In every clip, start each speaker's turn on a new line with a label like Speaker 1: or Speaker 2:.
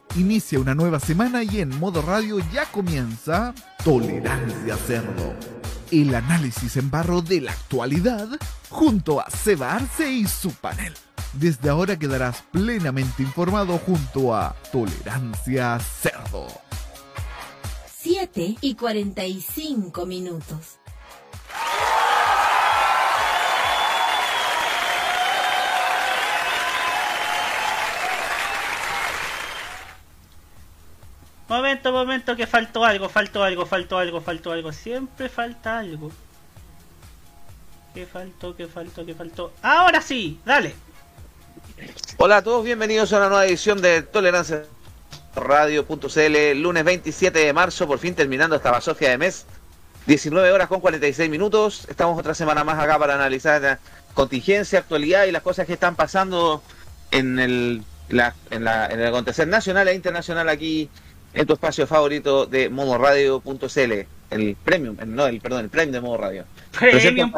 Speaker 1: Inicia una nueva semana y en Modo Radio ya comienza Tolerancia Cerdo. El análisis en barro de la actualidad junto a Seba Arce y su panel. Desde ahora quedarás plenamente informado junto a Tolerancia Cerdo.
Speaker 2: 7:45.
Speaker 3: Momento, que faltó algo. Siempre falta algo. ¿Qué faltó? ¡Ahora sí! ¡Dale!
Speaker 4: Hola a todos, bienvenidos a una nueva edición de Tolerancia Radio.cl, lunes 27 de marzo, por fin terminando esta basofia de mes. 19 horas con 46 minutos. Estamos otra semana más acá para analizar la contingencia, actualidad y las cosas que están pasando en el acontecer nacional e internacional aquí en tu espacio favorito de Modo Radio.cl, el premium, el premium de Modo Radio.
Speaker 3: Premium.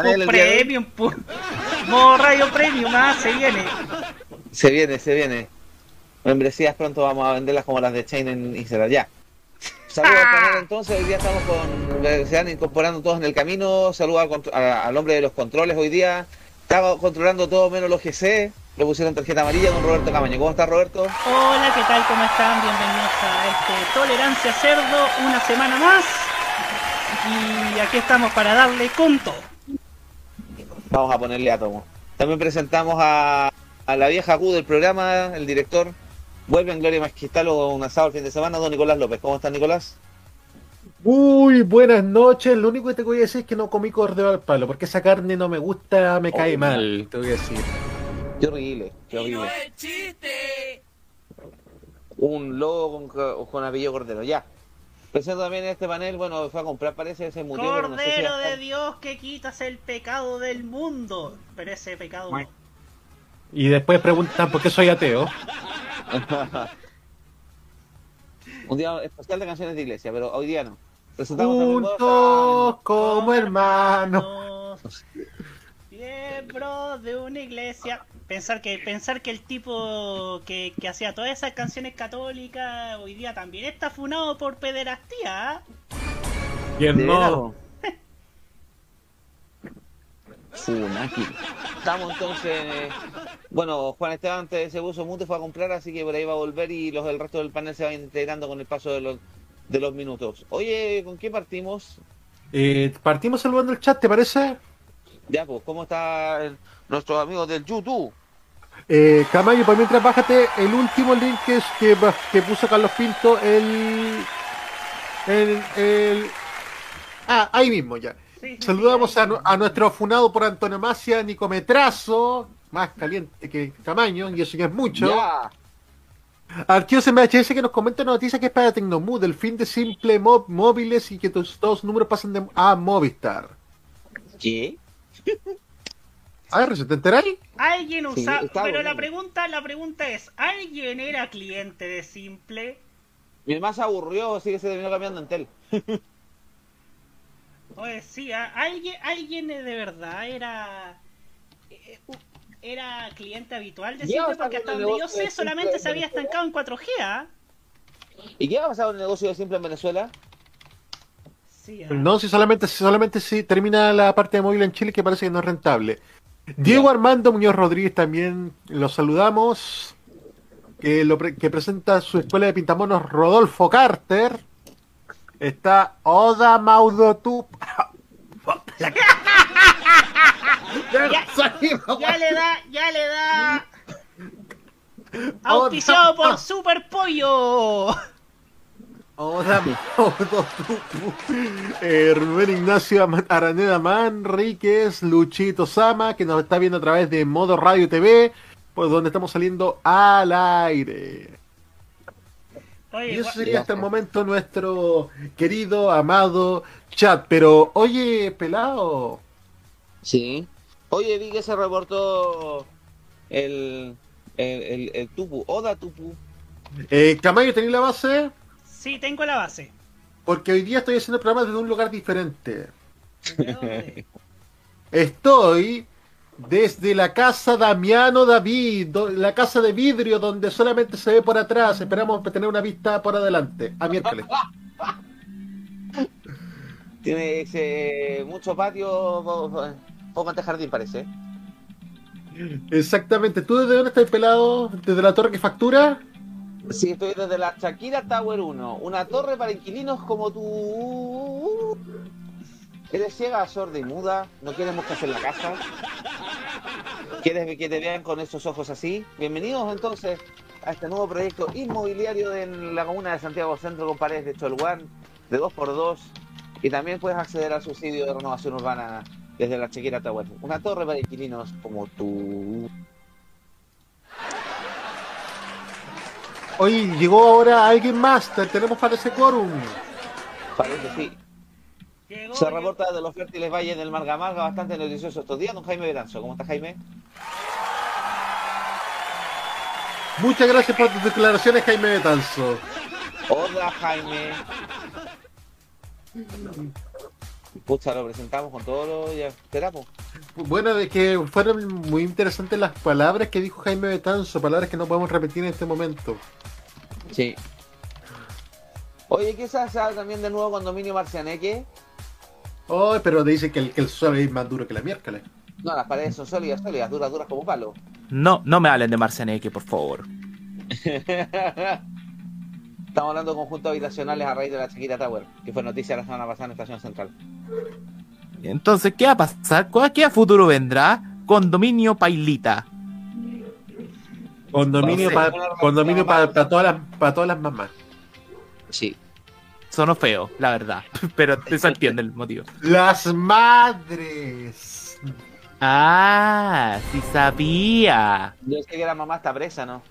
Speaker 3: Modo Radio Premium,
Speaker 4: se viene. Membresías pronto vamos a venderlas como las de Chain en Instagram, ya. Saludos al panel entonces, hoy día estamos se van incorporando todos en el camino. Saludos al hombre de los controles hoy día. Estaba controlando todo menos los GC. Le pusieron tarjeta amarilla con Roberto Camaño. ¿Cómo está, Roberto?
Speaker 3: Hola, ¿qué tal? ¿Cómo están? Bienvenidos a Tolerancia Cerdo, una semana más. Y aquí estamos para darle con todo.
Speaker 4: Vamos a ponerle átomo. También presentamos a la vieja Q del programa, el director. Vuelve en Gloria Magistral o un asado el fin de semana, don Nicolás López. ¿Cómo está, Nicolás?
Speaker 5: Uy, buenas noches. Lo único que te voy a decir es que no comí cordero al palo, porque esa carne no me gusta, me cae mal, te voy a decir.
Speaker 4: Qué horrible. ¡No es chiste! Un lobo con apellido Cordero, ya. Presento también en este panel, bueno, fue a comprar, parece ese motivo.
Speaker 3: Cordero de Dios, que quitas el pecado del mundo. Pero ese pecado no.
Speaker 5: Y después preguntan por qué soy ateo.
Speaker 4: Un día especial de canciones de iglesia, pero hoy día no.
Speaker 5: Juntos como hermanos.
Speaker 3: Miembros de una iglesia. Pensar que el tipo que hacía todas esas canciones católicas hoy día también está funado por pederastía.
Speaker 5: ¿Quién no?
Speaker 4: Funaki. Estamos entonces. Bueno, Juan Esteban antes se puso mute, fue a comprar, así que por ahí va a volver y los del resto del panel se van integrando con el paso de los minutos. Oye, ¿con qué partimos?
Speaker 5: Partimos saludando el chat, ¿te parece?
Speaker 4: Ya, pues, ¿cómo está nuestros amigos del YouTube?
Speaker 5: Camayo, por mientras bájate el último link que puso Carlos Pinto, ahí mismo ya. Sí, saludamos a nuestro funado por antonomasia, Nicometrazo, más caliente que Camaño, y eso ya es mucho.
Speaker 4: Ya.
Speaker 5: Archivos en VHS que nos comenta una noticia que es para Tecnomood, el fin de simple móviles y que todos los números pasan a Movistar.
Speaker 4: ¿Qué?
Speaker 5: A ver, ¿se te enteráis?
Speaker 3: Alguien usaba, pero
Speaker 4: bueno.
Speaker 3: la pregunta es, ¿alguien era cliente de Simple?
Speaker 4: Mi mamá se aburrió, así que se terminó cambiando en Tel.
Speaker 3: Oye, sí, alguien de verdad era cliente habitual de Simple, porque hasta donde yo sé solamente se había estancado en 4G, ¿ah?
Speaker 4: ¿Y qué ha pasado en el negocio de Simple en Venezuela?
Speaker 3: Sí,
Speaker 5: no, si solamente si termina la parte de móvil en Chile, que parece que no es rentable. Diego Armando Muñoz Rodríguez también lo saludamos, que presenta su escuela de pintamonos Rodolfo Carter. Está Oda Maudotup.
Speaker 3: Ya le da. Auspiciado por Super Pollo.
Speaker 5: Oda Maudotup. Rubén Ignacio Araneda Manríquez, Luchito Sama, que nos está viendo a través de Modo Radio TV, por donde estamos saliendo al aire.
Speaker 3: Oye,
Speaker 5: y eso sería hasta el momento nuestro querido, amado chat. Pero, oye, pelado.
Speaker 4: Sí. Oye, vi que se reportó el Tupu, Oda Tupu.
Speaker 5: Camayo, ¿tenés la base?
Speaker 3: Sí, tengo la base.
Speaker 5: Porque hoy día estoy haciendo el programa desde un lugar diferente.
Speaker 3: ¿De dónde?
Speaker 5: Estoy Desde la casa Damiano David, la casa de vidrio donde solamente se ve por atrás. Esperamos tener una vista por adelante. A miércoles.
Speaker 4: Tiene mucho patio, poco antejardín parece.
Speaker 5: Exactamente. ¿Tú desde dónde estás, pelado? ¿Desde la torre que factura?
Speaker 4: Sí, estoy desde la Shakira Tower 1, una torre para inquilinos como tú. ¿Eres ciega, sorda y muda? ¿No quieres moscas en la casa? ¿Quieres que te vean con esos ojos así? Bienvenidos entonces a este nuevo proyecto inmobiliario en la comuna de Santiago Centro con paredes de Cholguán, de 2x2, y también puedes acceder al subsidio de renovación urbana desde la Shakira Tower. Una torre para inquilinos como tú.
Speaker 5: Oye, llegó ahora alguien más. Tenemos para ese quórum.
Speaker 4: Parece sí. Se reporta de los fértiles valles del Marga Marga, bastante noticioso estos días, don Jaime Beranzo. ¿Cómo está, Jaime?
Speaker 5: Muchas gracias por tus declaraciones, Jaime Betanzo.
Speaker 4: Hola, Jaime. Pucha, lo presentamos con todo lo... Ya, esperamos.
Speaker 5: Bueno, es que fueron muy interesantes las palabras que dijo Jaime Betanzo, palabras que no podemos repetir en este momento.
Speaker 4: Sí. Oye, ¿qué se hace también de nuevo condominio Marcianeque?
Speaker 5: Oh, pero te dicen que el suelo es más duro que la miércoles.
Speaker 4: No, las paredes son sólidas, duras como palo.
Speaker 2: No me hablen de Marcianeque, por favor.
Speaker 4: Estamos hablando de conjuntos habitacionales a raíz de la Shakira Tower, que fue noticia la semana pasada en Estación Central.
Speaker 2: Entonces, ¿qué va a pasar? ¿Qué a futuro vendrá? Condominio Pailita.
Speaker 5: Condominio para todas las mamás.
Speaker 4: Sí.
Speaker 2: Sonó feo, la verdad. Pero se entiende el motivo.
Speaker 5: Las madres.
Speaker 2: Ah, sí sabía.
Speaker 4: Yo sé que la mamá está presa, ¿no?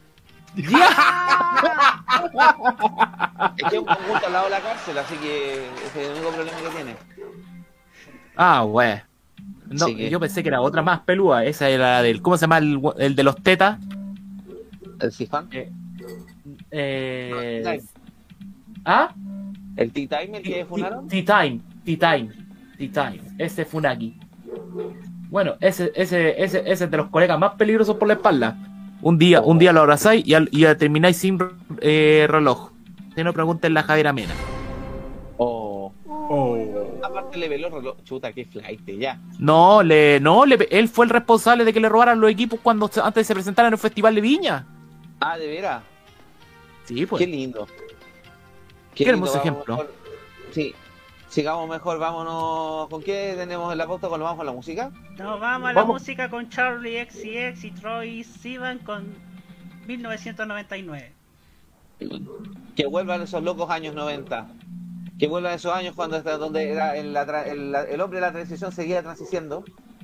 Speaker 2: ¡Ya!
Speaker 4: Es que es un conjunto al lado de la cárcel, así que ese es el único problema que tiene.
Speaker 2: Ah, güey. No,
Speaker 4: Sí que-
Speaker 2: yo pensé que era otra más pelúa. Esa era la del... ¿Cómo se llama el de los tetas?
Speaker 4: ¿El Sifan?
Speaker 2: ¿Ah?
Speaker 4: ¿El Tea Time, el que funaron?
Speaker 2: T-Time. Ese Funaki. Bueno, ese es de los colegas más peligrosos por la espalda. Un día lo abrazáis y termináis sin reloj. Si no, pregúntenle a Javier Mena.
Speaker 4: Oh. Aparte le veló el reloj. Chuta, qué flight, ya.
Speaker 2: Él fue el responsable de que le robaran los equipos antes de se presentaran en el Festival de Viña.
Speaker 4: Ah, ¿de veras?
Speaker 2: Sí, pues.
Speaker 4: Qué lindo.
Speaker 2: Qué hermoso
Speaker 4: vamos
Speaker 2: ejemplo.
Speaker 4: mejor. Sí. Sigamos mejor, vámonos. ¿Con qué tenemos en la pauta? ¿Vamos con la música?
Speaker 3: Nos vamos a la música con Charlie XCX y Troy Sivan con 1999.
Speaker 4: Que vuelvan esos locos años 90. Que vuelvan esos años donde era el hombre de la transición seguía transiciendo.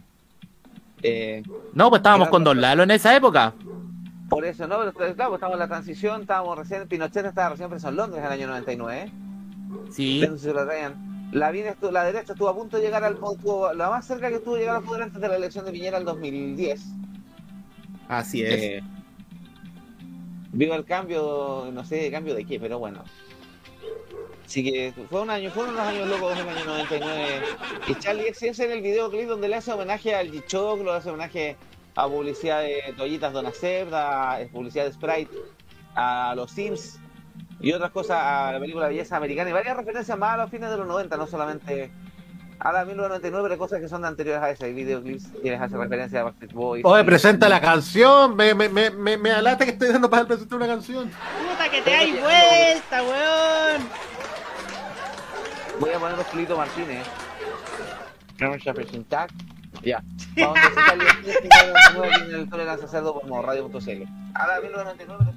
Speaker 2: No, pues estábamos con Don Lalo en esa época.
Speaker 4: Por eso, ¿no? Pero, claro, estamos en la transición, estábamos recién, Pinochet estaba recién preso en Londres en el año 99,
Speaker 2: Sí.
Speaker 4: Pero si se lo traían. La derecha estuvo a punto de llegar al poder, la más cerca que estuvo de llegar al poder antes de la elección de Piñera el 2010.
Speaker 2: Así es.
Speaker 4: Vio el cambio, no sé, cambio de qué, pero bueno. Así que fueron unos años locos del año 99. Y Charlie XCX en el videoclip donde le hace homenaje al G-Shock, le hace homenaje a publicidad de toallitas Donacep, a publicidad de Sprite, a los Sims y otras cosas, a la película Belleza Americana y varias referencias más a los fines de los 90, no solamente a la 1999, pero cosas que son de anteriores a ese videoclips que les hace referencia a Backstreet Boys.
Speaker 5: Oye, presenta la canción. Me alata que estoy dando para presentar una canción.
Speaker 3: ¡Puta que te hay vuelta, weón!
Speaker 4: Voy a poner los Julito Martínez. Vamos a presentar. Ya. Vamos a presentar en el Tolerancia Cerdo como radio.cl. A la 1999.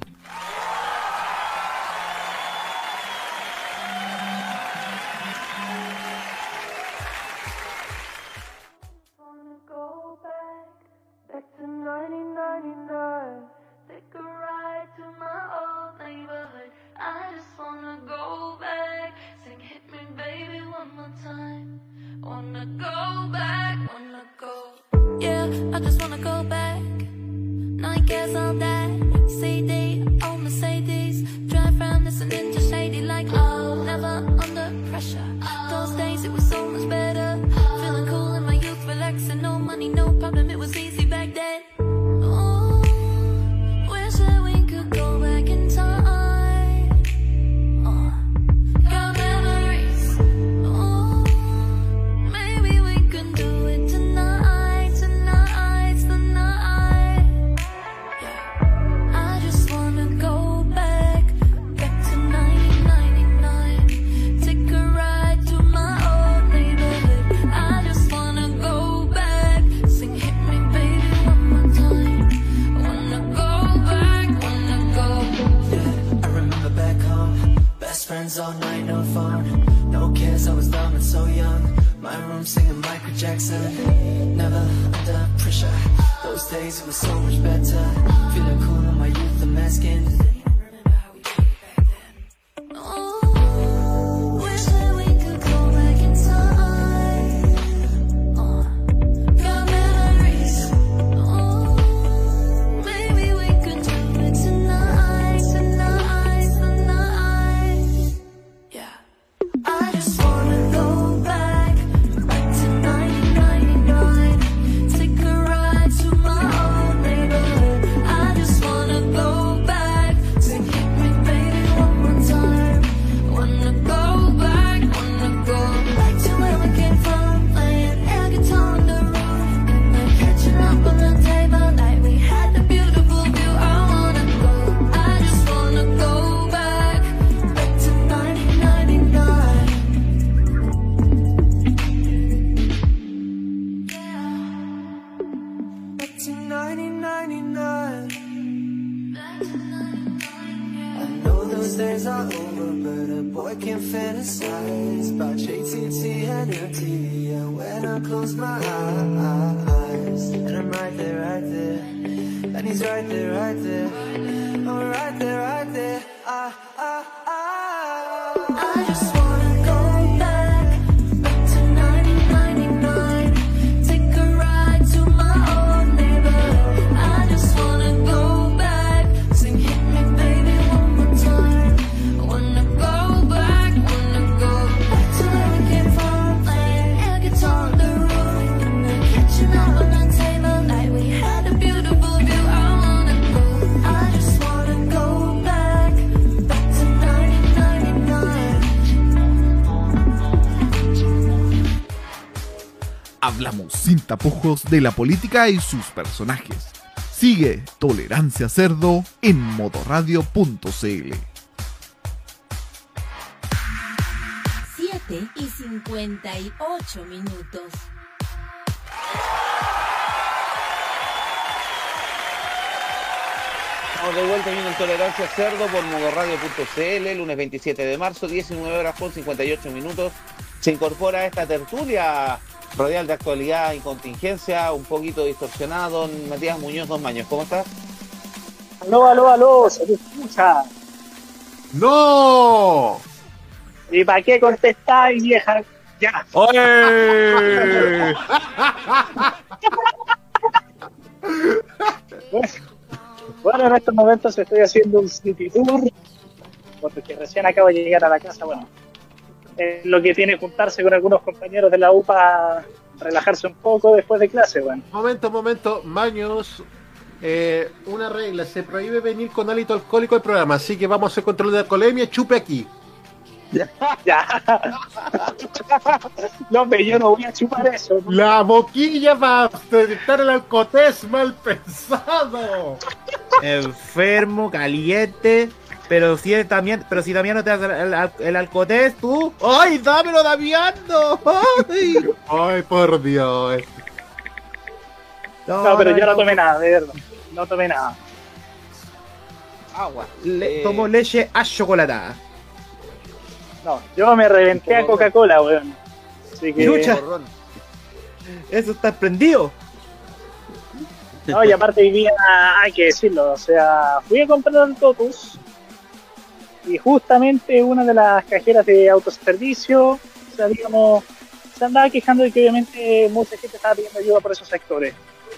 Speaker 6: Back to 1999, take a ride to my old neighborhood. I just wanna go back, sing hit me baby one more time. Wanna go back, wanna go. Yeah, I just wanna go back. No, I guess all that CD
Speaker 7: friends all night, no phone, no cares, I was dumb and so young. My room singing Michael Jackson, never under pressure. Those days it was so much better, feeling cool in my youth, I'm asking. Oh, wish that we could go back in time. Got memories. Oh, maybe we could do it tonight, tonight, tonight. Yeah, I just wanna go back to 1999. Take a ride to my old neighborhood. I just wanna go back to hit me, baby, one more time. Wanna go back to where we came from, playing air guitar on the roof, and then catching up on the table like we had a beautiful view. I wanna go, I just wanna go back to 1999. Back to 1999. I know those days are over, but a boy can't fantasize about JTT and MTV. And when I close my eyes, and I'm right there, and he's right there, I'm right there. I just wanna go back to 1999. Take a ride to my old neighborhood. I just wanna go back, sing hit me, baby, one more time. I wanna go back to where we came from, playing air guitar on the roof, and then catching up on the table like we had a beautiful view. I wanna go, I just wanna go back to 1999.
Speaker 1: Hablamos sin tapujos de la política y sus personajes. Sigue Tolerancia Cerdo en modoradio.cl.
Speaker 8: 7:58 minutos.
Speaker 4: Estamos de vuelta viendo en Tolerancia Cerdo por modoradio.cl, lunes 27 de marzo, 19 horas con 58 minutos. Se incorpora a esta tertulia radial de actualidad y contingencia, un poquito distorsionado, don Matías Muñoz, don Maños. ¿Cómo estás?
Speaker 9: Aló, se te escucha.
Speaker 5: ¡No!
Speaker 9: ¿Y para qué contestáis, vieja? Ya.
Speaker 2: ¡Oye!
Speaker 9: Bueno, en estos momentos estoy haciendo un city tour, porque recién acabo de llegar a la casa. Bueno, lo que tiene juntarse con algunos compañeros de la UPA, relajarse un poco después de clase. Bueno,
Speaker 5: Momento, Maños. Una regla, se prohíbe venir con hálito alcohólico al programa, así que vamos a hacer control de alcoholemia, chupe aquí.
Speaker 9: ya. No, hombre, yo no voy a chupar eso.
Speaker 5: La boquilla va a detectar el alcotés mal pensado.
Speaker 2: Enfermo, caliente. Pero si también no te das el alcotés, tú. ¡Ay, dámelo, Damiano! ¡Ay!
Speaker 5: Ay, por Dios.
Speaker 9: No, pero yo no tomé nada, de verdad. No tomé nada.
Speaker 4: Agua.
Speaker 2: Tomo leche achocolatada.
Speaker 9: No, yo me reventé a Coca-Cola, weón. Así que...
Speaker 2: Lucha. Eso está prendido.
Speaker 9: No, y aparte hoy día, hay que decirlo, o sea, fui a comprar el Totus y justamente una de las cajeras de autoservicio, o sea, digamos, se andaba quejando de que obviamente mucha gente estaba pidiendo ayuda por esos sectores.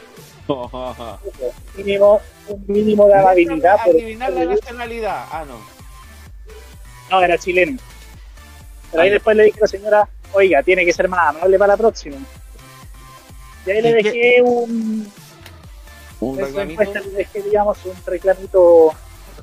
Speaker 9: Un mínimo de amabilidad.
Speaker 4: Adivinar la nacionalidad. Ah, no.
Speaker 9: No, era chileno. Pero ahí después le dije a la señora, oiga, tiene que ser más amable para la próxima. Y ahí le dejé un
Speaker 4: reclamito.
Speaker 9: Le dejé, digamos, un reclamito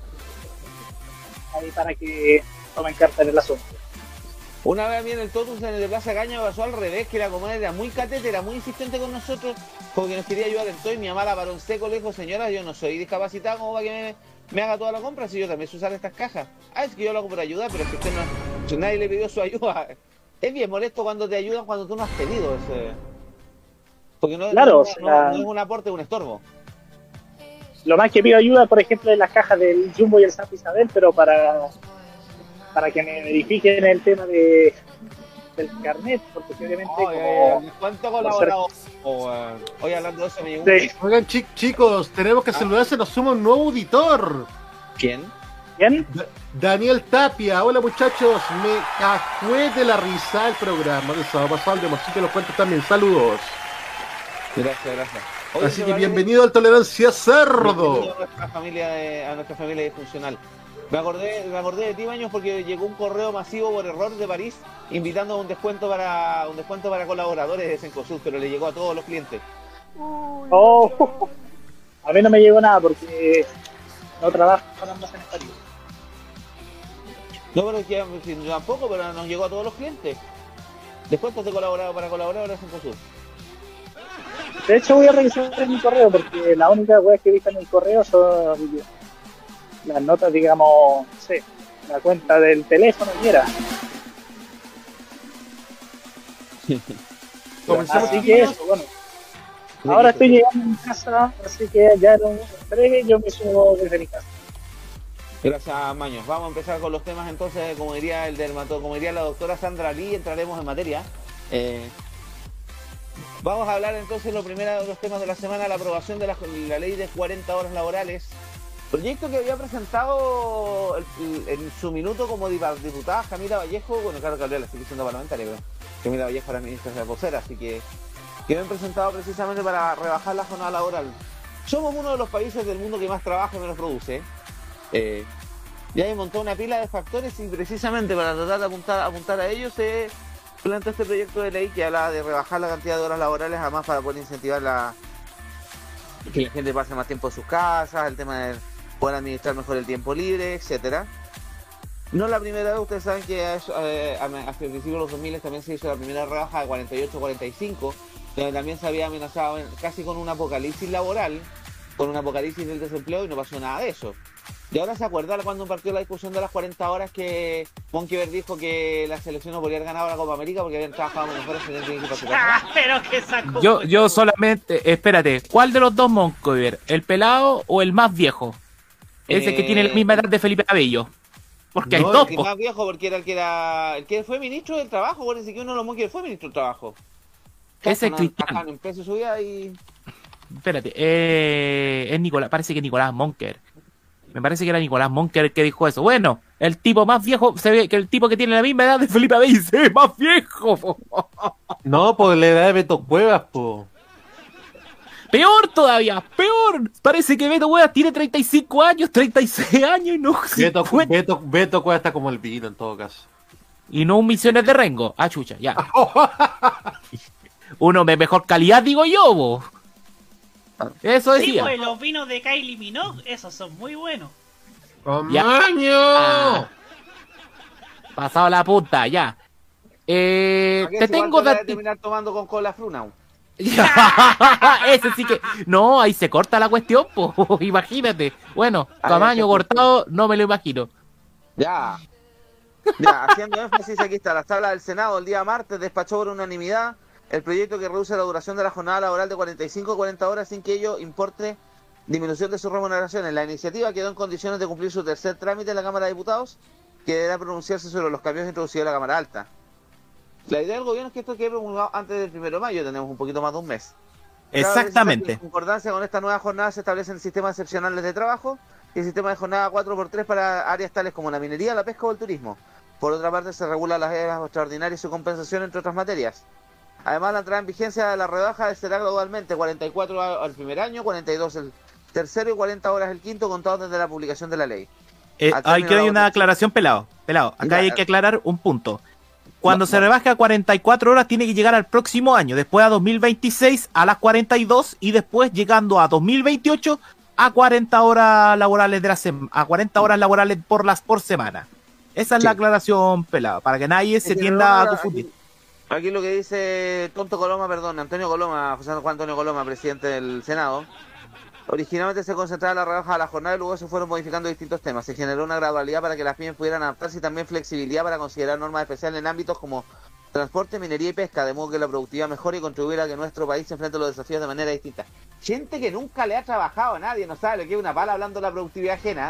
Speaker 9: ahí para que tomen carta en el asunto.
Speaker 4: Una vez a mí en el Totus en el de Plaza Caña pasó al revés, que la comadre era muy catete, era muy insistente con nosotros, porque nos quería ayudar en todo, y mi mamá la paró en seco, le dijo, señora, yo no soy discapacitada como para que me haga toda la compra, si yo también sé usar estas cajas. Ah, es que yo lo hago por ayudar, pero es que usted no, si nadie le pidió su ayuda. Es bien molesto cuando te ayudan cuando tú no has pedido ese... Porque no,
Speaker 9: claro,
Speaker 4: no es un aporte, es un estorbo.
Speaker 9: Lo más que pido ayuda, por ejemplo, en las cajas del Jumbo y el Santa Isabel, pero para para que me verifiquen el tema del carnet, porque obviamente como...
Speaker 4: ¿Cuánto colaborado? Hoy hablando de eso me llegó
Speaker 9: Sí.
Speaker 5: Oigan, chicos, tenemos que saludarse, nos suma un nuevo auditor.
Speaker 4: ¿Quién?
Speaker 9: ¿Bien?
Speaker 5: Daniel Tapia, hola muchachos, me cajué de la risa el programa del sábado pasado, el de Morcito los cuentos también, saludos.
Speaker 4: Gracias. Oye,
Speaker 5: Así que
Speaker 4: Sebastián,
Speaker 5: bienvenido al Tolerancia Cerdo.
Speaker 4: bienvenido a nuestra familia disfuncional. Me acordé de ti, Baños, porque llegó un correo masivo por error de París invitando a un descuento para colaboradores de Cencosud, pero le llegó a todos los clientes.
Speaker 9: Oh, a mí no me llegó nada porque no trabajo con ambas en español.
Speaker 4: No, pero es que yo tampoco, pero nos llegó a todos los clientes. Descuentos de colaborador para colaboradores de Cencosud.
Speaker 9: De hecho voy a revisar en mi correo porque la única web que he visto en el correo son las notas, digamos, no sé, la cuenta del teléfono y era.
Speaker 5: Comencemos,
Speaker 9: Así que eso, bueno. Ahora estoy llegando a mi casa, así que ya lo entregue, yo me subo desde mi casa.
Speaker 4: Gracias, Maños. Vamos a empezar con los temas entonces, como diría como diría la doctora Sandra Lee, entraremos en materia. Vamos a hablar entonces lo primero de los temas de la semana, la aprobación de la ley de 40 horas laborales. Proyecto que había presentado en su minuto como diputada Camila Vallejo, bueno, claro que Gabriela sigue siendo parlamentaria, pero Camila Vallejo era ministra de la vocera, así que habían presentado precisamente para rebajar la jornada laboral. Somos uno de los países del mundo que más trabaja y menos produce. Ya hay montado una pila de factores y precisamente para tratar de apuntar a ellos se planteó este proyecto de ley que habla de rebajar la cantidad de horas laborales, además para poder incentivar que la gente pase más tiempo en sus casas, el tema de poder administrar mejor el tiempo libre, etcétera. No es la primera vez, ustedes saben que hasta el principio de los 2000 también se hizo la primera rebaja de 48 a 45, donde también se había amenazado casi con un apocalipsis laboral, con un apocalipsis del desempleo, y no pasó nada de eso. Y ahora se acuerda cuando partió la discusión de las 40 horas que Monkever dijo que la selección no podría haber ganado la Copa América porque habían trabajado menos horas y tenían que ir para su casa.
Speaker 3: Pero que sacó.
Speaker 2: Yo solamente, espérate, ¿cuál de los dos Monkever? ¿El pelado o el más viejo? Ese que tiene la misma edad de Felipe Abello. Porque hay
Speaker 5: No,
Speaker 2: dos.
Speaker 4: El más viejo porque era el que fue ministro del trabajo, acuérdense que uno de los Monkever fue ministro del trabajo.
Speaker 2: Ese es Cristian.
Speaker 4: En peso su vida y...
Speaker 2: Espérate, es Nicolás, parece que Nicolás Monker. Me parece que era Nicolás Monker el que dijo eso. Bueno, el tipo más viejo, se ve que el tipo que tiene la misma edad de Felipe Abello se ve más viejo.
Speaker 5: No, por la edad de Beto Cuevas, po.
Speaker 2: Peor todavía, peor. Parece que Beto Cuevas tiene 35 años, 36 años y no 50.
Speaker 5: Beto Cuevas está como el vino en todo caso.
Speaker 2: Y no un Misiones de Rengo. Ah, chucha, ya. Uno de mejor calidad, digo yo, bo. Eso
Speaker 3: Sí,
Speaker 2: decía.
Speaker 3: pues los vinos de Kylie Minogue, esos son muy buenos.
Speaker 5: ¡Tamaño!
Speaker 2: Ah. Pasado la punta, ya. Te tengo
Speaker 4: de
Speaker 2: de...
Speaker 4: terminar tomando con cola Frunau.
Speaker 2: Ese sí que... No, ahí se corta la cuestión, po. Imagínate. Bueno, tamaño cortado, no me lo imagino.
Speaker 4: Ya, haciendo énfasis, aquí está la tabla del Senado. El día martes despachó por unanimidad el proyecto que reduce la duración de la jornada laboral de 45 a 40 horas sin que ello importe disminución de sus remuneraciones. La iniciativa quedó en condiciones de cumplir su tercer trámite en la Cámara de Diputados, que deberá pronunciarse sobre los cambios introducidos en la Cámara Alta. La idea del gobierno es que esto quede promulgado antes del 1 de mayo, tenemos un poquito más de un mes.
Speaker 2: Exactamente.
Speaker 4: En concordancia con esta nueva jornada se establecen sistemas excepcionales de trabajo y el sistema de jornada 4x3 para áreas tales como la minería, la pesca o el turismo. Por otra parte, se regula las horas extraordinarias y su compensación, entre otras materias. Además, la entrada en vigencia de la rebaja será gradualmente 44 al primer año, 42 el tercero y 40 horas el quinto, contados desde la publicación de la ley.
Speaker 2: Hay que dar una aclaración, pelado. Acá hay que aclarar un punto. Cuando se rebaje a 44 horas tiene que llegar al próximo año, después a 2026 a las 42 y después llegando a 2028 a 40 horas laborales a 40 horas laborales por semana. Esa es la aclaración, pelado, para que nadie se tienda a confundir.
Speaker 4: Aquí lo que dice Antonio Coloma, José Juan Antonio Coloma, presidente del Senado. Originalmente se concentraba la rebaja a la jornada y luego se fueron modificando distintos temas. Se generó una gradualidad para que las pymes pudieran adaptarse y también flexibilidad para considerar normas especiales en ámbitos como transporte, minería y pesca, de modo que la productividad mejore y contribuyera a que nuestro país se enfrente a los desafíos de manera distinta. Gente que nunca le ha trabajado a nadie, no sabe lo que es una pala hablando de la productividad ajena.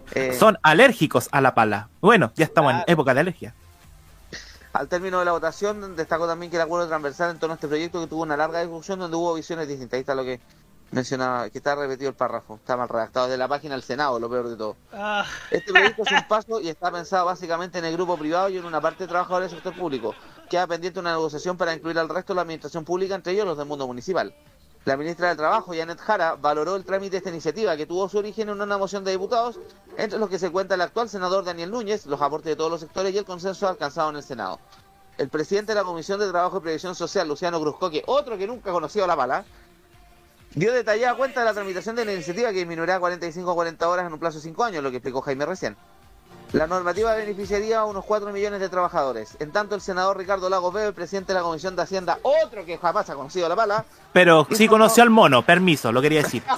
Speaker 2: Son alérgicos a la pala. Bueno, ya estamos en
Speaker 4: Claro.
Speaker 2: época de alergia.
Speaker 4: Al término de la votación, destacó también que el acuerdo transversal en torno a este proyecto que tuvo una larga discusión donde hubo visiones distintas. Ahí está lo que mencionaba, que está repetido el párrafo, está mal redactado, de la página del Senado, lo peor de todo.
Speaker 3: Ah,
Speaker 4: Este proyecto es un paso y está pensado básicamente en el grupo privado y en una parte de trabajadores del sector público. Queda pendiente una negociación para incluir al resto de la administración pública, entre ellos los del mundo municipal. La ministra del Trabajo, Janet Jara, valoró el trámite de esta iniciativa, que tuvo su origen en una moción de diputados, entre los que se cuenta el actual senador Daniel Núñez, los aportes de todos los sectores y el consenso alcanzado en el Senado. El presidente de la Comisión de Trabajo y Previsión Social, Luciano Cruzcoque, otro que nunca ha conocido la pala, dio detallada cuenta de la tramitación de la iniciativa que disminuirá 45 a 40 horas en un plazo de 5 años, lo que explicó Jaime recién. La normativa beneficiaría a unos 4 millones de trabajadores. En tanto, el senador Ricardo Lagos Veo, el presidente de la Comisión de Hacienda, otro que jamás ha conocido la pala,
Speaker 2: Pero sí conoció al mono, permiso, lo quería decir.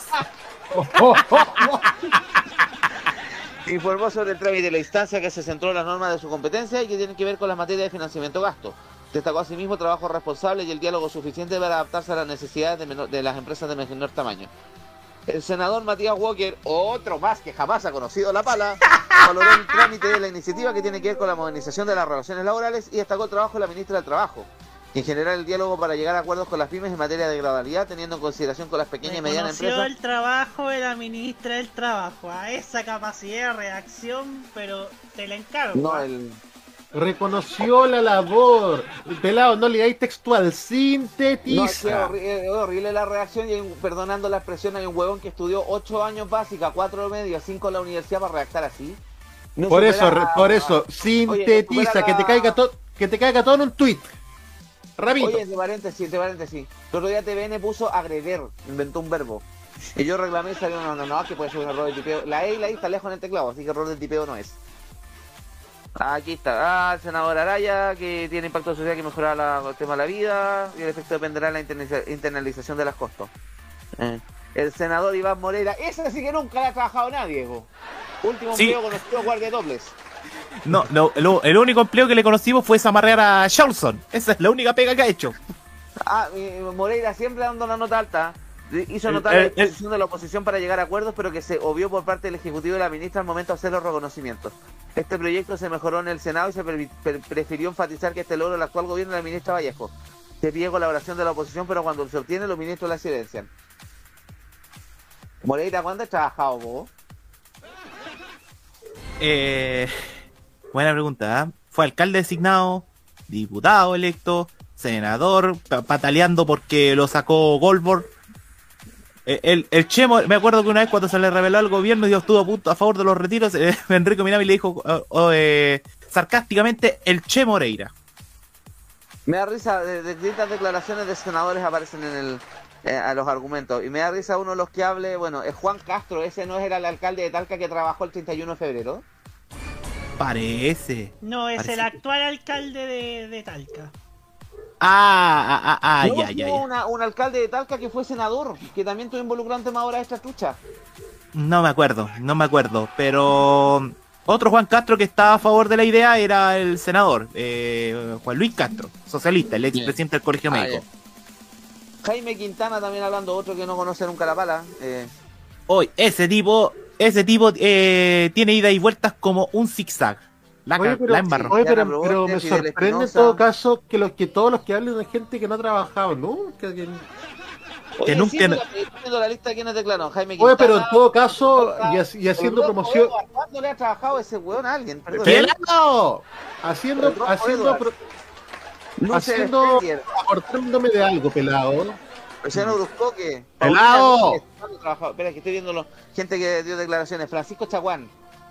Speaker 4: informó sobre el trámite de la instancia que se centró en las normas de su competencia y que tienen que ver con las materias de financiamiento-gasto. Destacó asimismo trabajo responsable y el diálogo suficiente para adaptarse a las necesidades de las empresas de menor tamaño. El senador Matías Walker, otro más que jamás ha conocido la pala, valoró el trámite de la iniciativa que tiene que ver con la modernización de las relaciones laborales y destacó el trabajo de la ministra del Trabajo. Y en general el diálogo para llegar a acuerdos con las pymes en materia de gradualidad, teniendo en consideración con las pequeñas y medianas
Speaker 3: reconoció
Speaker 4: empresas.
Speaker 3: el trabajo de la ministra del Trabajo, a esa capacidad de reacción, pero te la encargo.
Speaker 4: No,
Speaker 3: ¿ah?
Speaker 5: Reconoció la labor. Pelado, no leáis textual,
Speaker 4: No, es
Speaker 5: sintetiza.
Speaker 4: es horrible la reacción y perdonando la expresión, hay un huevón que estudió 8 años básica, 4 medio, 5 en la universidad para redactar así. No
Speaker 5: Por
Speaker 4: supera-
Speaker 5: eso, sintetiza,
Speaker 4: supera
Speaker 5: que te caiga todo en un tweet. Rapidito.
Speaker 4: Oye, entre paréntesis. El otro día TVN puso agreder, inventó un verbo. Y yo reclamé y salió, no, que puede ser un error de tipeo. La E y la I está lejos en el teclado, así que error de tipeo no es. Aquí está, el senador Araya, que tiene impacto social que mejorará el tema de la vida, y el efecto dependerá de la internalización de los costos. El senador Iván Moreira, ese sí que nunca le ha trabajado nadie, po. Último
Speaker 2: Sí.
Speaker 4: empleo conocido guardia de dobles.
Speaker 2: No, el único empleo que le conocimos fue zamarrear a Charlson. Esa es la única pega que ha hecho.
Speaker 4: Moreira siempre dando una nota alta. Hizo notar
Speaker 2: El-
Speaker 4: la disposición de la oposición para llegar a acuerdos, pero que se obvió por parte del Ejecutivo y de la ministra al momento de hacer los reconocimientos. Este proyecto se mejoró en el Senado y se prefirió enfatizar que este logro del actual gobierno de la ministra Vallejo. Se pide colaboración de la oposición, pero cuando se obtiene, los ministros la silencian. Moreira, ¿cuándo has trabajado vos?
Speaker 2: Buena pregunta, ¿eh? Fue alcalde designado, diputado electo, senador, pataleando porque lo sacó Goldberg. El Chemo, me acuerdo que una vez cuando se le reveló al gobierno y Dios estuvo a punto a favor de los retiros, Enrico Minami le dijo sarcásticamente el Che Moreira.
Speaker 4: Me da risa, de distintas declaraciones de senadores aparecen en a los argumentos. Y me da risa uno de los que hable, bueno, es Juan Castro, ese no era el alcalde de Talca que trabajó el 31 de febrero.
Speaker 2: Parece.
Speaker 3: No, es
Speaker 2: Parece
Speaker 3: el
Speaker 2: que-
Speaker 3: actual alcalde de Talca.
Speaker 2: Ah,
Speaker 4: No,
Speaker 2: ya.
Speaker 4: hubo un alcalde de Talca que fue senador, que también estuvo involucrado en temas de esta trucha.
Speaker 2: No me acuerdo, pero otro Juan Castro que estaba a favor de la idea era el senador, Juan Luis Castro, socialista, el expresidente del Colegio Médico.
Speaker 4: Jaime Quintana también hablando, otro que no conoce nunca la pala.
Speaker 2: Hoy, ese tipo tiene ida y vueltas como un zigzag. La embarró.
Speaker 5: Oye, pero
Speaker 4: Proboste,
Speaker 5: me
Speaker 4: Fidel
Speaker 5: sorprende en
Speaker 4: Espinosa.
Speaker 5: todo caso que todos los que hablen de gente que no ha trabajado nunca.
Speaker 4: Oye,
Speaker 2: nunca-
Speaker 4: sí, mira, estoy viendo la lista de quienes declararon. Jaime
Speaker 5: Oye,
Speaker 4: Quintana.
Speaker 5: pero en todo caso, y haciendo
Speaker 4: Rojo
Speaker 5: promoción.
Speaker 4: Edward, ¿cuándo le ha trabajado ese weón a alguien? Perdón.
Speaker 5: ¡Pelado! Haciendo,
Speaker 4: El Rojo
Speaker 5: haciendo,
Speaker 4: Edward.
Speaker 5: pro-
Speaker 4: Luce
Speaker 5: haciendo,
Speaker 4: Spencer,
Speaker 5: aportándome de algo, pelado.
Speaker 4: Luciano Bruscoque.
Speaker 5: ¡Pelado!
Speaker 4: Espera, que estoy viendo gente que dio declaraciones. Francisco Chaguán.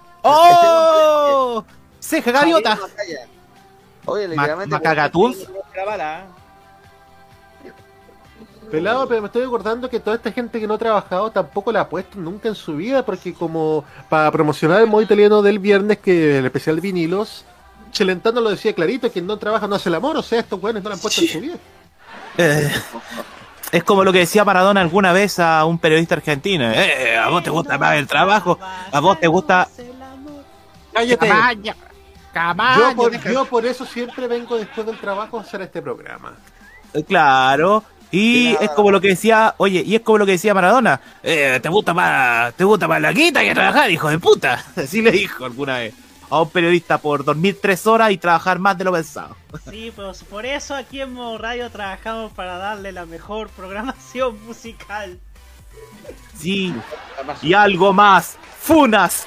Speaker 2: ¡Oh! ¡Ceja gaviota!
Speaker 4: Javier Macaya. Oye, literalmente.
Speaker 2: Macagatuns.
Speaker 4: La bala,
Speaker 5: Pelado, pero me estoy acordando que toda esta gente que no ha trabajado tampoco la ha puesto nunca en su vida, porque como para promocionar el modo italiano del viernes, que el especial de vinilos, Celentano lo decía clarito, quien no trabaja no hace el amor, o sea, estos güeyes no la han puesto en su vida.
Speaker 2: Es como lo que decía Maradona alguna vez a un periodista argentino. ¿A vos te gusta más el trabajo? ¿A vos te gusta...?
Speaker 5: ¡Cállate!
Speaker 2: Camaño,
Speaker 5: Yo por eso siempre vengo después del trabajo a hacer este programa.
Speaker 2: Claro, Y es como lo que decía, oye, y es como lo que decía Maradona, te gusta más la quita que trabajar, hijo de puta. Así le dijo alguna vez a un periodista por dormir 3 horas y trabajar más de lo pensado.
Speaker 3: Sí, pues por eso aquí en Modo Radio trabajamos para darle la mejor programación musical.
Speaker 2: Sí, y algo más, funas.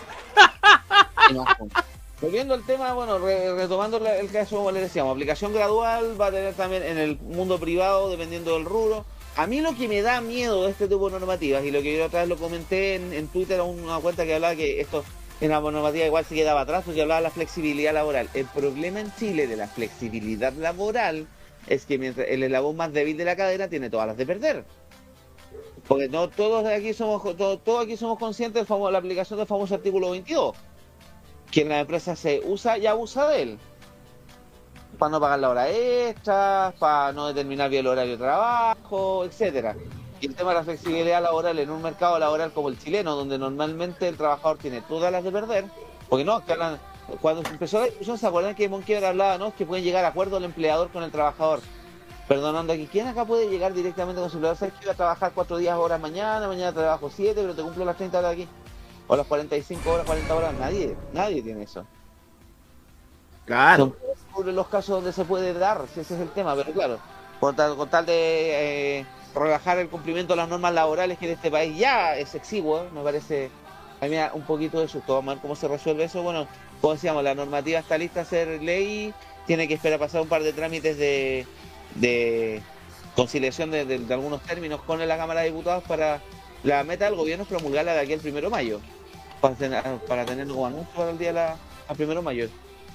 Speaker 4: Volviendo al tema, bueno, retomando el caso, como les decíamos, aplicación gradual va a tener también en el mundo privado, dependiendo del rubro. A mí lo que me da miedo de este tipo de normativas, y lo que yo otra vez lo comenté en Twitter, a una cuenta que hablaba que esto en la normativa igual se quedaba atrás, porque hablaba de la flexibilidad laboral. El problema en Chile de la flexibilidad laboral es que mientras el eslabón más débil de la cadena tiene todas las de perder. Porque no todos aquí somos conscientes de la aplicación del famoso artículo 22. Que en la empresa se usa y abusa de él. Para no pagar la hora extra, para no determinar bien el horario de trabajo, etcétera. Y el tema de la flexibilidad laboral en un mercado laboral como el chileno, donde normalmente el trabajador tiene todas las de perder, porque no, que cuando empezó la discusión, ¿se acuerdan que Monkever hablaba, no? Que pueden llegar a acuerdo el empleador con el trabajador? Perdonando aquí, ¿quién acá puede llegar directamente con su empleador? ¿Sabes que iba a trabajar 4 días horas mañana trabajo 7, pero te cumplo las 30 horas aquí? O las 45 horas, 40 horas, nadie tiene eso.
Speaker 2: Claro.
Speaker 4: Son los casos donde se puede dar, si ese es el tema, pero claro, con tal de relajar el cumplimiento de las normas laborales, que en este país ya es exiguo, me parece a mí me da un poquito de susto. Vamos a ver cómo se resuelve eso. Bueno, como decíamos, la normativa está lista a ser ley, tiene que esperar pasar un par de trámites de conciliación de algunos términos con la Cámara de Diputados. Para la meta del gobierno es promulgarla de aquí al 1 de mayo, para tenerlo como anuncio para el día al 1 de mayo.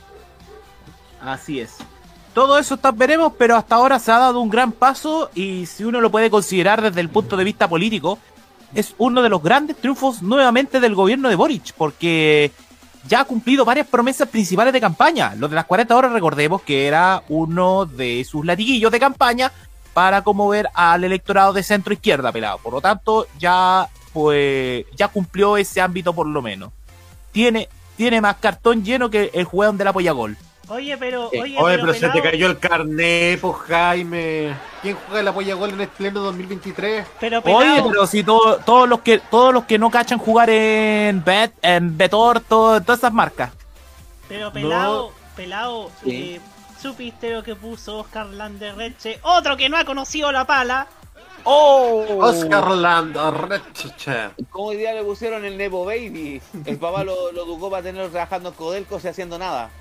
Speaker 2: Así es. Todo eso veremos, pero hasta ahora se ha dado un gran paso, y si uno lo puede considerar desde el punto de vista político, es uno de los grandes triunfos nuevamente del gobierno de Boric, porque ya ha cumplido varias promesas principales de campaña. Lo de las 40 horas, recordemos que era uno de sus latiguillos de campaña para conmover al electorado de centro izquierda, pelado. Por lo tanto, ya cumplió ese ámbito por lo menos. Tiene más cartón lleno que el jugador de la Polla Gol.
Speaker 3: Oye, pero
Speaker 5: se te cayó el carnet, pues, Jaime. ¿Quién juega la Polla Gol en el pleno 2023?
Speaker 3: Pero pelado.
Speaker 2: Oye, pero si todos los que no cachan jugar en Betor, todas esas marcas.
Speaker 3: Pero
Speaker 5: No.
Speaker 3: pelado,
Speaker 4: Sí.
Speaker 3: ¿supiste lo que puso Oscar Landerreche? Otro que no ha conocido la pala.
Speaker 5: Oscar Landerreche.
Speaker 4: Como hoy día le pusieron el Nepo Baby, el papá lo educó para tenerlo trabajando en Codelco, sin haciendo nada.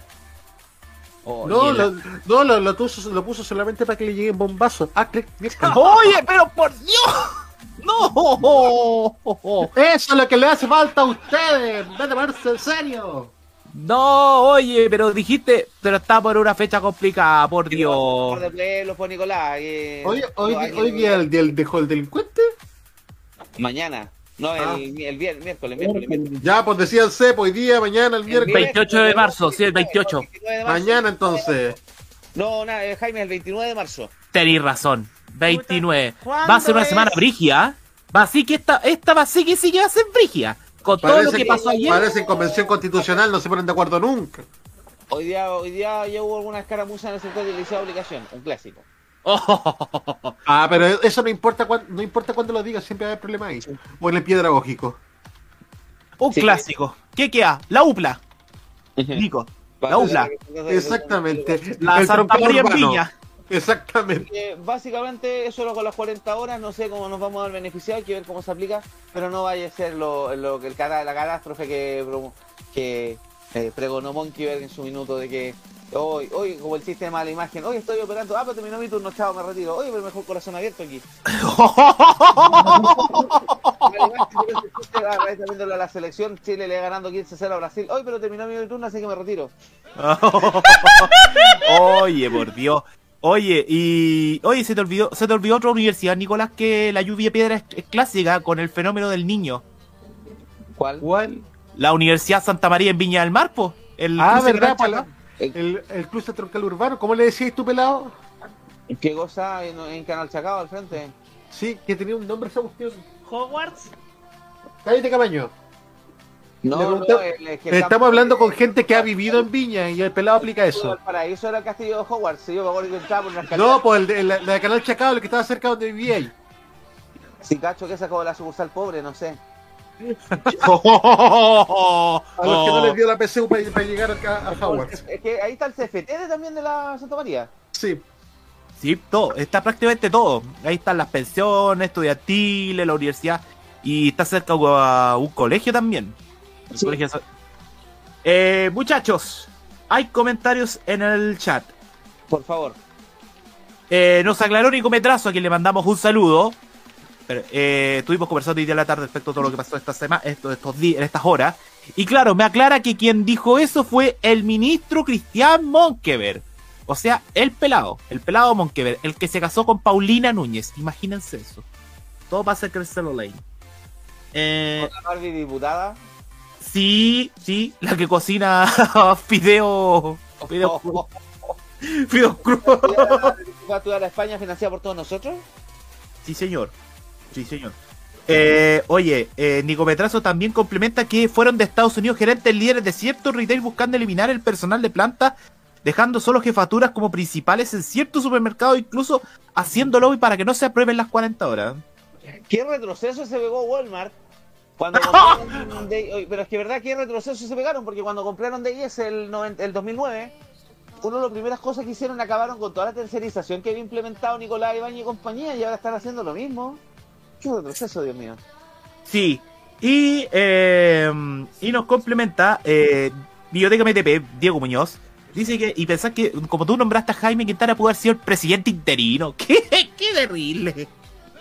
Speaker 5: Lo puso solamente para que le lleguen bombazos.
Speaker 2: Oye, pero por Dios. No.
Speaker 5: Eso es lo que le hace falta a ustedes, en vez de ponerse en serio.
Speaker 2: No, oye, pero dijiste, pero está por una fecha complicada, por Dios.
Speaker 4: Por de pueblo, por Nicolás.
Speaker 5: Hoy día el dejó el delincuente.
Speaker 4: Mañana. No, el miércoles.
Speaker 5: Ya, pues decían cepo, hoy día, mañana, el miércoles.
Speaker 2: 28 de marzo, sí, el 28.
Speaker 5: Mañana entonces.
Speaker 4: No, Jaime, el 29 de marzo.
Speaker 2: Tenís razón, 29.
Speaker 3: ¿Cuándo
Speaker 2: Va a ser una
Speaker 3: es?
Speaker 2: semana brígida. Va así que esta va así que sí que va a ser brígida. Con todo lo que pasó ayer.
Speaker 5: Parece en convención constitucional, no se ponen de acuerdo nunca.
Speaker 4: Hoy día ya hubo alguna escaramuza en el sector de liceo de obligación, un clásico.
Speaker 5: Pero eso no importa cuándo lo digas, siempre va a haber problema ahí. O en el pedagógico.
Speaker 2: Un
Speaker 4: Sí.
Speaker 2: clásico. ¿Qué queda? La UPLA. Nico. La UPLA.
Speaker 5: Exactamente.
Speaker 2: La
Speaker 5: El
Speaker 2: Santa
Speaker 5: troncal
Speaker 2: María en
Speaker 5: urbano.
Speaker 2: Viña.
Speaker 5: Exactamente.
Speaker 4: Básicamente eso lo con las 40 horas, no sé cómo nos vamos a dar beneficiado, hay que ver cómo se aplica, pero no vaya a ser la catástrofe que pregonó Monkeyberg en su minuto de que hoy como el sistema de la imagen, hoy estoy operando, pero terminó mi turno, chao, me retiro, oye, pero mejor corazón abierto aquí. Viéndolo a la selección, Chile le va ganando 15-0 a Brasil, hoy pero terminó mi turno, así que me retiro.
Speaker 2: Oye, por Dios. Oye, se te olvidó otra universidad, Nicolás, que la lluvia de piedra es clásica con el fenómeno del niño.
Speaker 4: ¿Cuál?
Speaker 2: La Universidad Santa María en Viña del Mar, po.
Speaker 5: ¿Verdad,
Speaker 2: Pala?
Speaker 5: el cruce troncal urbano, ¿cómo le decías tú, pelado?
Speaker 4: ¿Qué cosa en Canal Chacao al frente?
Speaker 5: Sí, que tenía un nombre esa cuestión.
Speaker 3: Hogwarts.
Speaker 5: Cállate, Camaño. Le
Speaker 4: No,
Speaker 5: pregunto-
Speaker 4: es que el
Speaker 5: Estamos
Speaker 4: campo
Speaker 5: hablando
Speaker 4: de-
Speaker 5: con gente que ha vivido en Viña y el pelado aplica eso.
Speaker 4: El paraíso era el castillo de Hogwarts. Sí, yo me acuerdo que entraba por una escalera.
Speaker 5: No, pues la de Canal Chacao, el que estaba cerca donde vivía ahí.
Speaker 4: Si cacho que esa como la sucursal pobre, no sé.
Speaker 5: A los que no les dio la PSU para llegar acá a Hogwarts.
Speaker 4: Es que ahí está el CFT también de la Santa María.
Speaker 5: Sí.
Speaker 2: Sí, todo, está prácticamente todo. Ahí están las pensiones estudiantiles, la universidad. Y está cerca a un colegio también. El
Speaker 4: Sí.
Speaker 2: colegio muchachos, hay comentarios en el chat.
Speaker 4: Por favor.
Speaker 2: Nos aclaró Nico Metrazo, a quien le mandamos un saludo. Pero, estuvimos conversando hoy día a la tarde respecto a todo lo que pasó esta semana, estos días, en estas horas. Y claro, me aclara que quien dijo eso fue el ministro Cristian Monkever. O sea, el pelado Monkever, el que se casó con Paulina Núñez. Imagínense eso. Todo pasa en Crystal Lane.
Speaker 4: Con la Barbie diputada.
Speaker 2: Sí, la que cocina fideos crudos.
Speaker 4: ¿Va a estudiar a España financiada por todos nosotros?
Speaker 2: Sí, señor. Oye, Nico Metrazo también complementa que fueron de Estados Unidos gerentes líderes de ciertos retail buscando eliminar el personal de planta, dejando solo jefaturas como principales en ciertos supermercados, incluso haciendo lobby para que no se aprueben las 40 horas.
Speaker 4: ¿Qué retroceso se pegó Walmart? Cuando compraron pero es que verdad, ¿qué retroceso se pegaron? Porque cuando compraron DIS el 2009, una de las primeras cosas que hicieron, acabaron con toda la tercerización que había implementado Nicolás Ibañez y compañía, y ahora están haciendo lo mismo. Qué retroceso, Dios mío.
Speaker 2: Sí, y nos complementa Biblioteca MTP, Diego Muñoz. Dice que, y pensás que, como tú nombraste a Jaime Quintana, pudo haber sido el presidente interino. ¡Qué terrible!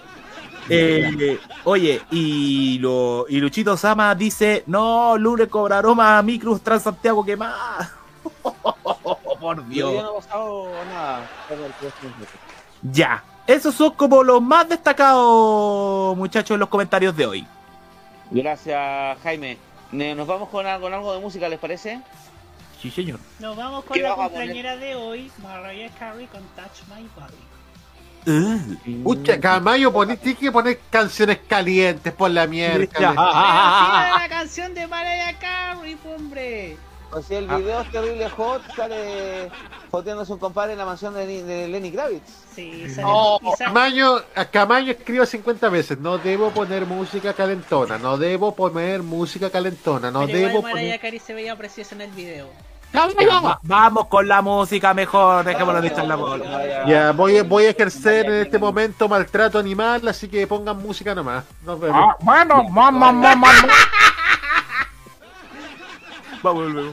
Speaker 2: Oye, y Luchito Sama dice: no, Lure cobrará más a Micrus Transantiago que más. Por Dios.
Speaker 4: Yo no ha pasado nada.
Speaker 2: Ya, esos son como los más destacados, muchachos, en los comentarios de hoy.
Speaker 4: Gracias, Jaime. Nos vamos con algo de música, ¿les parece?
Speaker 2: Sí, señor.
Speaker 3: Nos vamos con
Speaker 4: ¿Qué
Speaker 3: la
Speaker 4: vamos a poner?
Speaker 3: compañera de hoy, Mariah Carey con Touch My Body.
Speaker 5: Pucha, Camayo, tienes que poner canciones calientes por la mierda.
Speaker 3: Pero sí era la canción de Mariah Carey, hombre.
Speaker 4: O sea, el video es terrible hot, sale joteándose un compadre en la mansión de Lenny Kravitz.
Speaker 3: Sí, sale.
Speaker 5: Oh,
Speaker 3: y sa-
Speaker 5: Camayo escribe 50 veces: no debo poner música calentona, no debo poner música calentona, no
Speaker 3: pero
Speaker 5: debo
Speaker 3: igual Mariah
Speaker 5: poner...
Speaker 3: Carey se veía preciosa en el video.
Speaker 2: Vamos con la música mejor, dejémoslo listo en la bola.
Speaker 5: Ya, voy a ejercer en este momento maltrato animal, así que pongan música nomás. Nos vemos.
Speaker 2: Bueno, mamá. Vamos luego.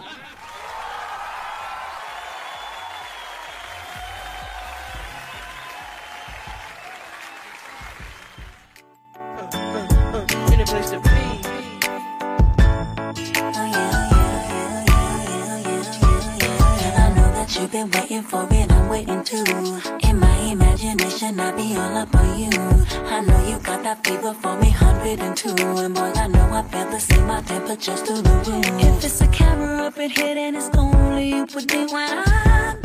Speaker 7: You've been waiting for it, I'm waiting too. In my imagination, I be all up on you. I know you got that fever for me, 102. And boy, I know I feel the same, my temperature's through the roof. If it's a camera up in here, then it's only you would be when I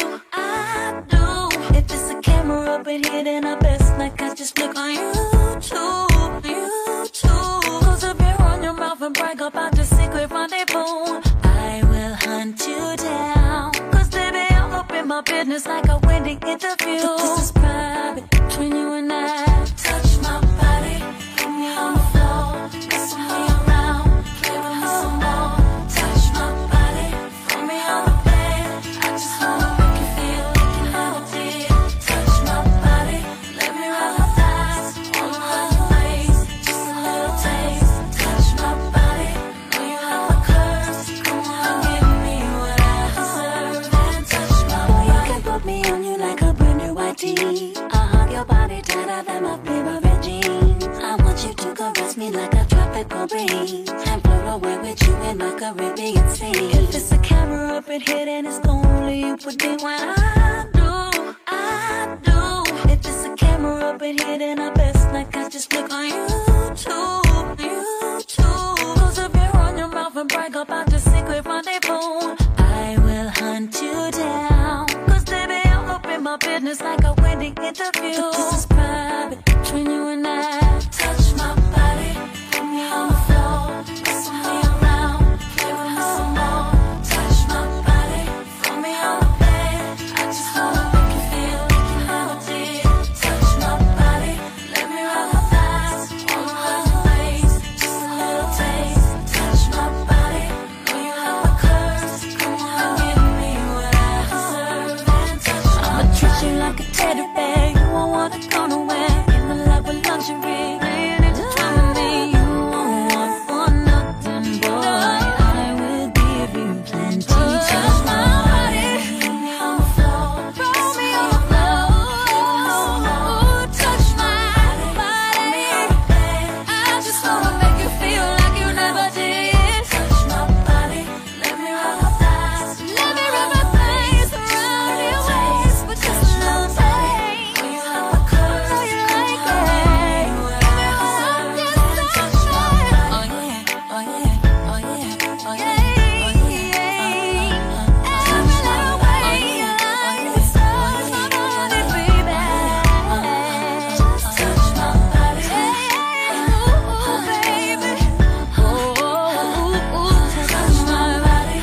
Speaker 7: do. If it's a camera up in here, then I best like I just flick on YouTube. Close up your on your mouth and brag about the secret rendezvous. I will hunt you down. In my business like a Wendy interview. This is private between you and I. Touch my body, put me on the floor, kiss me around, play with me some more. Touch my body, put me on the bed. I just wanna make you feel like you never did. Touch my body, let me roll my thighs, all over your waist, just a little taste. Touch my body, know you have my curves. Come on, give me what I deserve and touch my body. Put me on you like a brand new white tee. I hug your body tighter than my favorite jeans. I want you to caress me like a tropical breeze and float away with you in my Caribbean sea. If it's a camera up in here, then it's only you would be when I do. If it's a camera up in here, then I best like I just look on YouTube. Close up your on your mouth and brag about the secret rendezvous. I will hunt you down. My business like a Wendy interview. This is private between you and I. Touch my body, put me on the floor, kiss me around. luxury. Tell me you won't want for nothing, boy. I will give you plenty. Touch my body, put me on the floor, roll me on the floor. Touch my body, I just wanna make you feel like you never did. Touch my body, let me rub my thighs, let me rub my thighs around your waist for just a little taste. Will you have my curves? Know you like it. Touch my body. Oh yeah, oh yeah, oh yeah, oh yeah. Every little way you like to touch my body, baby. Just touch my body. Ooh, baby. Touch my body.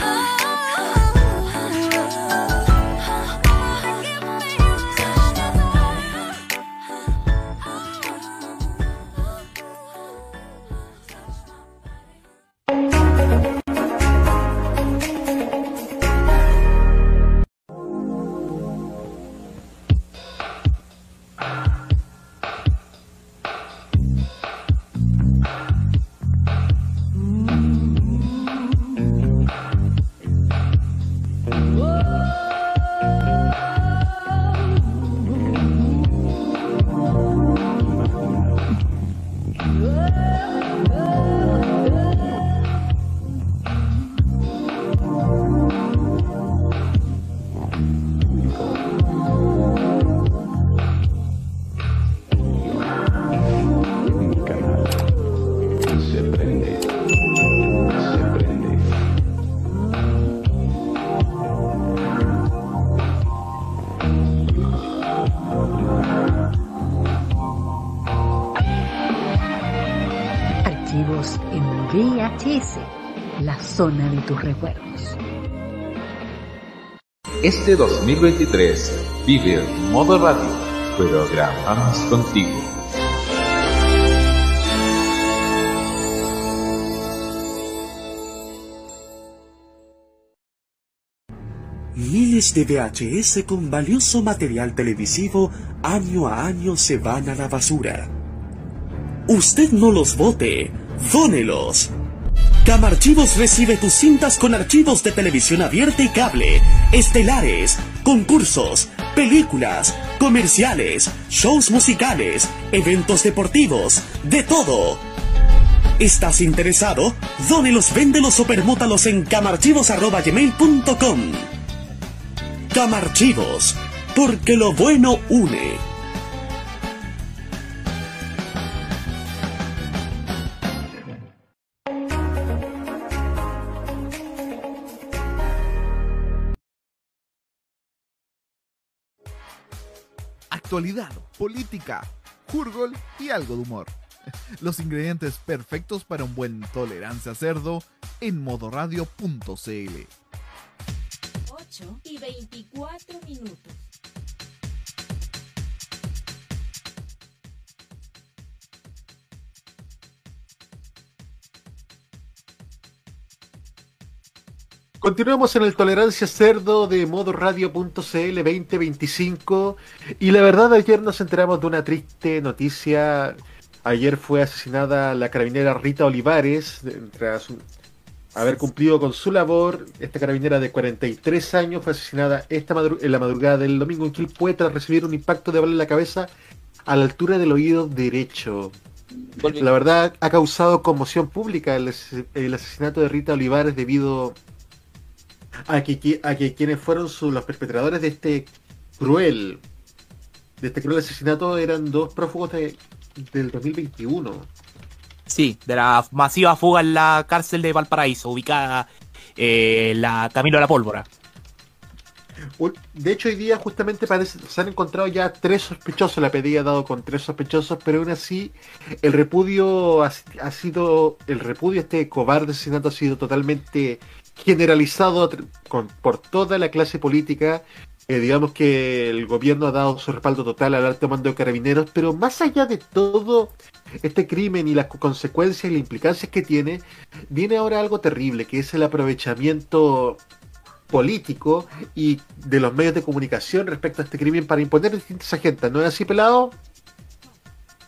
Speaker 10: Archivos en VHS, la zona de tus recuerdos.
Speaker 11: Este 2023 vive Modo Radio, programamos contigo.
Speaker 12: Miles de VHS con valioso material televisivo año a año se van a la basura. Usted no los bote, dónelos. Camarchivos recibe tus cintas con archivos de televisión abierta y cable, estelares, concursos, películas, comerciales, shows musicales, eventos deportivos, de todo. ¿Estás interesado? Dónelos, véndelos o permútalos en camarchivos@gmail.com. Camarchivos, porque lo bueno une.
Speaker 1: Actualidad, política, jurgol y algo de humor. Los ingredientes perfectos para un buen tolerancia cerdo en modoradio.cl.
Speaker 8: 8:24 minutos.
Speaker 5: Continuamos en el Tolerancia Cerdo de modoradio.cl 2025 y la verdad ayer nos enteramos de una triste noticia. Ayer fue asesinada la carabinera Rita Olivares tras haber cumplido con su labor. Esta carabinera de 43 años fue asesinada en la madrugada del domingo en Quilpué tras recibir un impacto de bala en la cabeza a la altura del oído derecho. La verdad ha causado conmoción pública el asesinato de Rita Olivares debido a que quienes fueron los perpetradores de este cruel asesinato eran dos prófugos del 2021.
Speaker 2: Sí, de la masiva fuga en la cárcel de Valparaíso, ubicada la Camino de la Pólvora.
Speaker 5: De hecho, hoy día justamente se han encontrado ya 3 sospechosos. La PDI ha dado con 3 sospechosos, pero aún así el repudio a este cobarde asesinato ha sido totalmente generalizado por toda la clase política. Digamos que el gobierno ha dado su respaldo total al alto mando de carabineros, pero más allá de todo este crimen y las consecuencias y las implicancias que tiene, viene ahora algo terrible, que es el aprovechamiento político y de los medios de comunicación respecto a este crimen para imponer distintas agendas. ¿No es así, pelado?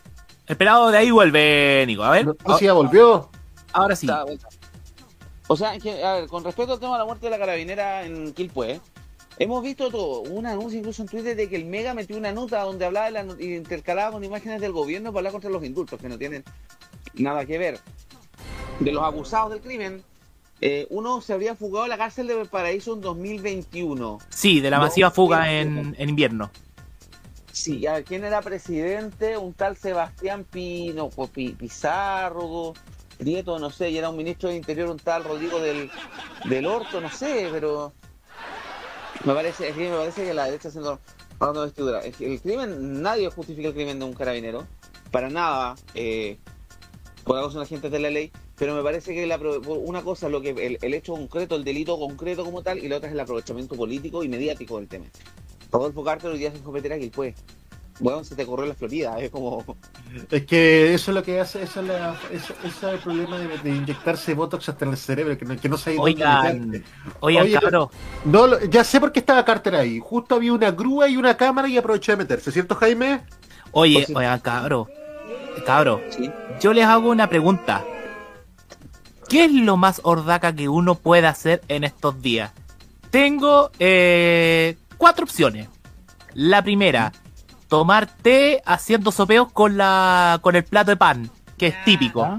Speaker 2: El pelado de ahí vuelve, Nico. A ver.
Speaker 5: No, si ya volvió.
Speaker 2: Ahora sí.
Speaker 4: Está de vuelta. O sea, a ver, con respecto al tema de la muerte de la carabinera en Quilpué, hemos visto todo, un anuncio incluso en Twitter de que el Mega metió una nota donde hablaba y intercalaba con imágenes del gobierno para hablar contra los indultos, que no tienen nada que ver. De los acusados del crimen, uno se habría fugado a la cárcel de Valparaíso en 2021.
Speaker 2: Sí, de la masiva fuga en invierno.
Speaker 4: Sí, a ver, ¿quién era presidente? Un tal Sebastián Pizarro, Prieto, no sé, y era un ministro de Interior, un tal Rodrigo del Orto, no sé, pero me parece que la derecha haciendo vestidura. El crimen, nadie justifica el crimen de un carabinero, para nada, por algo son agentes de la ley, pero me parece que una cosa es lo que el hecho concreto, el delito concreto como tal, y la otra es el aprovechamiento político y mediático del tema. Rodolfo Carter hoy día se escopetera que él puede. Bueno, se te corrió la Florida, es como...
Speaker 5: Es que eso es lo que hace, ese es el problema de inyectarse Botox hasta en el cerebro, que no se ha ido.
Speaker 2: Oigan, cabrón.
Speaker 5: No, ya sé por qué estaba Carter ahí. Justo había una grúa y una cámara y aprovechó de meterse, ¿cierto, Jaime?
Speaker 2: Oigan, cabro, ¿sí? Yo les hago una pregunta. ¿Qué es lo más hordaca que uno puede hacer en estos días? Tengo 4 opciones. La primera, tomar té haciendo sopeos con el plato de pan, que es típico.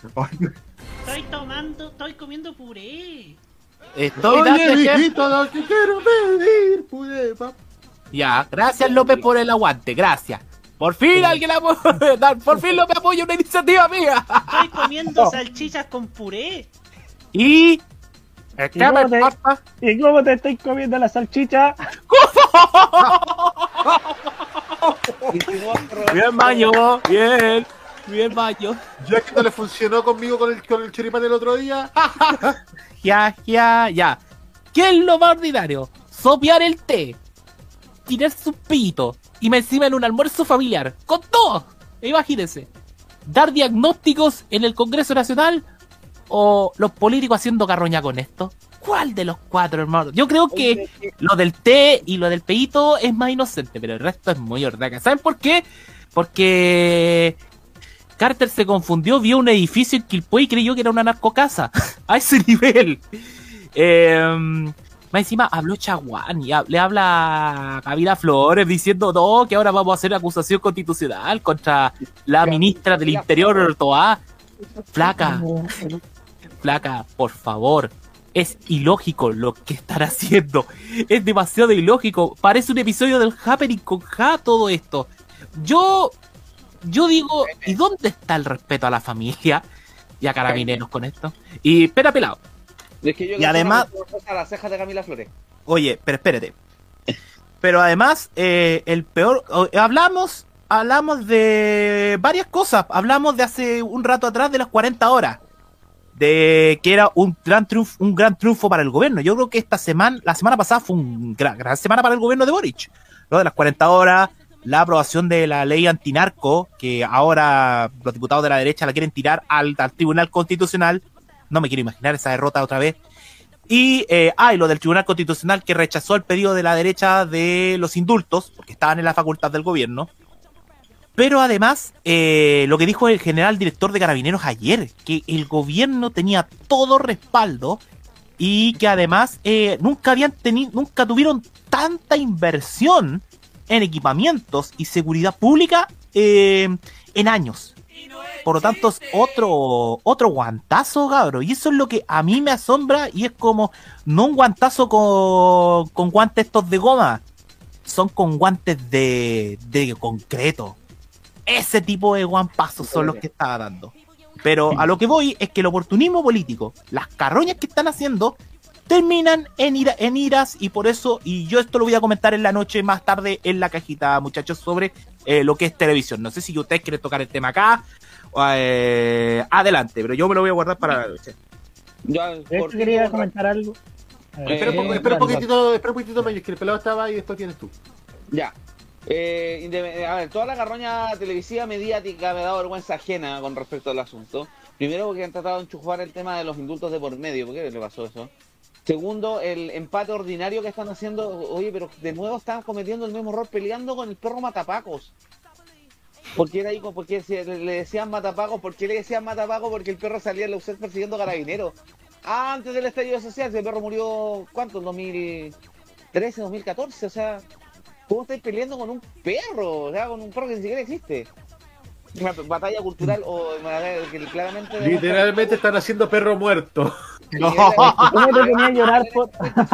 Speaker 3: Estoy comiendo puré.
Speaker 5: Oye, mijito, lo que quiero pedir puré, papá.
Speaker 2: Ya, gracias López por el aguante, gracias. Por fin alguien por fin López apoya una iniciativa mía.
Speaker 3: Estoy comiendo salchichas con puré.
Speaker 2: ¿Y
Speaker 9: cómo te estoy comiendo la salchicha?
Speaker 2: Bien, baño, bien, baño.
Speaker 5: Ya que no le funcionó conmigo con el choripán el otro día.
Speaker 2: Ya. ¿Qué es lo más ordinario? Sopear el té, tirarse un pito y me encima en un almuerzo familiar, con todo. Imagínense, dar diagnósticos en el Congreso Nacional o los políticos haciendo carroña con esto. ¿Cuál de los 4, hermano? Yo creo que lo del té y lo del peito es más inocente, pero el resto es muy ordaca. ¿Saben por qué? Porque Carter se confundió, vio un edificio en Quilpué y creyó que era una narcocasa. A ese nivel. Más encima habló Chaguán y le habla a Camila Flores diciendo no, que ahora vamos a hacer acusación constitucional contra la ministra del Interior, Toá. Flaca, por favor. Es ilógico lo que están haciendo. Es demasiado ilógico. Parece un episodio del Happening con Ja todo esto. Yo digo, ¿y dónde está el respeto a la familia y a Carabineros con esto? Y espera, pelado.
Speaker 4: Es que yo
Speaker 2: y además,
Speaker 4: a las cejas de Camila Flores.
Speaker 2: Oye, pero espérate. Pero además, el peor, hablamos de varias cosas. Hablamos de hace un rato atrás de las 40 horas. De que era un gran triunfo para el gobierno. Yo creo que la semana pasada fue una gran semana para el gobierno de Boric. Lo de las 40 horas, la aprobación de la ley antinarco, que ahora los diputados de la derecha la quieren tirar al Tribunal Constitucional. No me quiero imaginar esa derrota otra vez. Y lo del Tribunal Constitucional que rechazó el pedido de la derecha de los indultos, porque estaban en la facultad del gobierno. Pero además, lo que dijo el general director de Carabineros ayer, que el gobierno tenía todo respaldo y que además nunca tuvieron tanta inversión en equipamientos y seguridad pública en años. Por lo tanto, es otro guantazo, cabrón. Y eso es lo que a mí me asombra y es como, no un guantazo con guantes estos de goma, son con guantes de concreto. Ese tipo de guampazos son los que estaba dando. Pero a lo que voy es que el oportunismo político, las carroñas que están haciendo, terminan en iras y por eso, y yo esto lo voy a comentar en la noche más tarde en la cajita, muchachos, sobre lo que es televisión. No sé si ustedes quieren tocar el tema acá, adelante, pero yo me lo voy a guardar para la noche.
Speaker 9: Yo quería comentar algo.
Speaker 5: Espera un poquitito, Mayo, que el pelado estaba y después tienes tú.
Speaker 4: Ya. A ver, toda la carroña televisiva mediática me da vergüenza ajena con respecto al asunto. Primero, porque han tratado de enchufar el tema de los indultos de por medio. ¿Por qué le pasó eso? Segundo, el empate ordinario que están haciendo. Oye, pero de nuevo están cometiendo el mismo error peleando con el perro matapacos. Porque era ahí, porque le decían matapago. ¿Por qué le decían matapago? Porque el perro salía en la UCED persiguiendo carabineros. Antes del estallido social, el perro murió, ¿cuánto? En 2013, 2014, o sea, ¿cómo estáis peleando con un perro? O sea, con un perro que ni siquiera existe. Una batalla cultural o que claramente...
Speaker 5: Literalmente están haciendo perro muerto.
Speaker 9: ¿Cómo te ponía a llorar por...?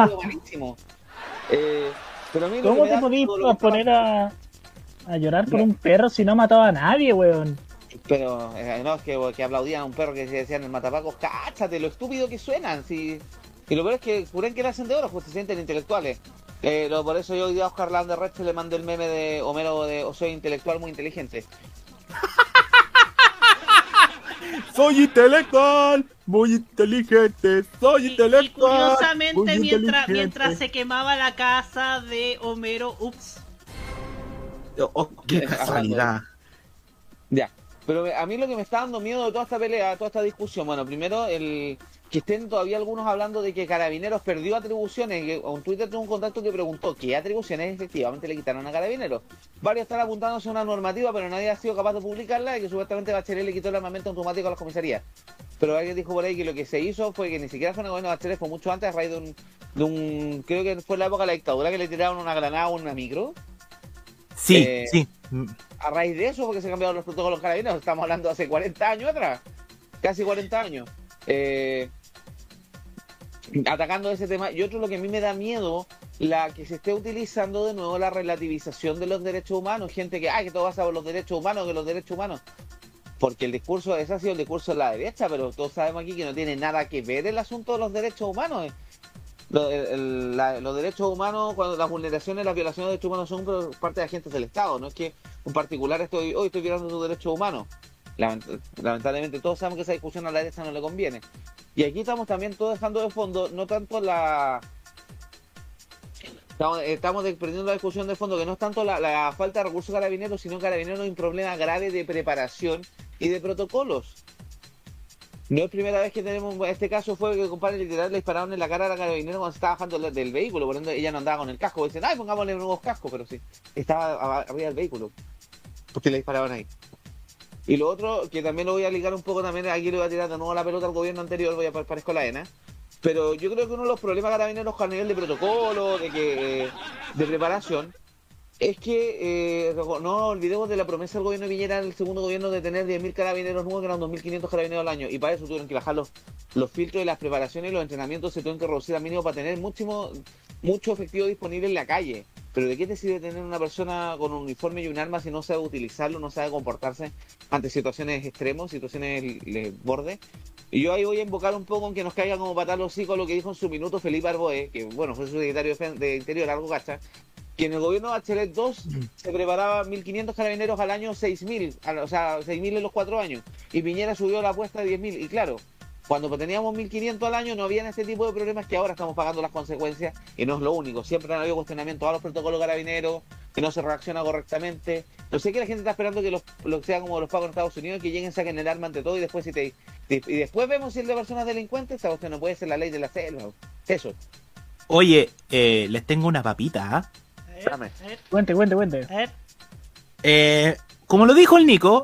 Speaker 4: Pero a mí
Speaker 9: ¿Cómo te podías poner a llorar por un perro si no mataba a nadie, weón?
Speaker 4: Pero no, es que aplaudían a un perro que se decían el matapacos, cáchate, lo estúpido que suenan. Si... Y lo peor es que juren que lo hacen de oro, pues se sienten intelectuales. Por eso yo hoy día a Oscar Landerrecht le mandé el meme de Homero de o soy intelectual muy inteligente.
Speaker 2: Soy intelectual, muy inteligente, soy intelectual.
Speaker 3: Y curiosamente, mientras se quemaba la casa de Homero, ups.
Speaker 2: Oh, qué casualidad.
Speaker 4: Ya, pero a mí lo que me está dando miedo de toda esta pelea, toda esta discusión, bueno, primero que estén todavía algunos hablando de que Carabineros perdió atribuciones. Que en Twitter tuve un contacto que preguntó qué atribuciones efectivamente le quitaron a Carabineros. Varios están apuntándose a una normativa, pero nadie ha sido capaz de publicarla, y que supuestamente Bachelet le quitó el armamento automático a las comisarías. Pero alguien dijo por ahí que lo que se hizo fue que ni siquiera fue en el gobierno de Bachelet, fue mucho antes, a raíz de un creo que fue en la época de la dictadura, que le tiraron una granada a una micro.
Speaker 2: Sí, sí.
Speaker 4: A raíz de eso, porque se cambiaron los protocolos Carabineros, estamos hablando de hace 40 años atrás, casi 40 años. Atacando ese tema. Y otro, lo que a mí me da miedo, la que se esté utilizando de nuevo la relativización de los derechos humanos. Gente que todo pasa por los derechos humanos, que los derechos humanos. Porque el discurso, ese ha sido el discurso de la derecha, pero todos sabemos aquí que no tiene nada que ver el asunto de los derechos humanos. Los derechos humanos, cuando las vulneraciones, las violaciones de derechos humanos son por parte de agentes del Estado. No es que un particular estoy violando tus derechos humanos. Lamentablemente todos sabemos que esa discusión a la derecha no le conviene. Y aquí estamos también todos dejando de fondo, no tanto estamos desprendiendo la discusión de fondo, que no es tanto la falta de recursos Carabineros, sino Carabineros hay un problema grave de preparación y de protocolos. No es primera vez que tenemos, este caso fue que, compadre, literal le dispararon en la cara a la Carabinero cuando se estaba bajando del vehículo, por ende ella no andaba con el casco. Dicen, pongámosle nuevos cascos, pero sí, estaba arriba del vehículo, porque le disparaban ahí. Y lo otro, que también lo voy a ligar un poco también, aquí le voy a tirar de nuevo la pelota al gobierno anterior, voy a parezco la ENA. Pero yo creo que uno de los problemas Carabineros a nivel de protocolo, de preparación, es que no olvidemos de la promesa del gobierno de Piñera, el segundo gobierno, de tener 10.000 Carabineros nuevos, que eran 2.500 Carabineros al año. Y para eso tuvieron que bajar los filtros y las preparaciones y los entrenamientos se tuvieron que reducir al mínimo para tener mucho efectivo disponible en la calle. Pero ¿de qué te sirve tener una persona con un uniforme y un arma si no sabe utilizarlo, no sabe comportarse ante situaciones extremos, situaciones borde? Y yo ahí voy a invocar un poco en que nos caiga como patar los hocico lo que dijo en su minuto Felipe Arboe, que bueno, fue su secretario de Interior, algo cacha, que en el gobierno de Bachelet 2 se preparaba 1.500 Carabineros al año, 6.000, o sea, 6.000 en los 4 años, y Piñera subió la apuesta de 10.000, y claro, cuando teníamos 1.500 al año no habían este tipo de problemas que ahora estamos pagando las consecuencias, y no es lo único. Siempre han habido cuestionamientos a los protocolos Carabineros, que no se reacciona correctamente. No sé que la gente está esperando que lo sea como los pagos en Estados Unidos, que lleguen, saquen el arma ante todo, y después y después vemos si es de personas delincuentes. Esa cuestión no puede ser la ley de la selva. Eso.
Speaker 2: Oye, les tengo una papita.
Speaker 9: Cuente.
Speaker 3: A ver.
Speaker 2: Como lo dijo el Nico,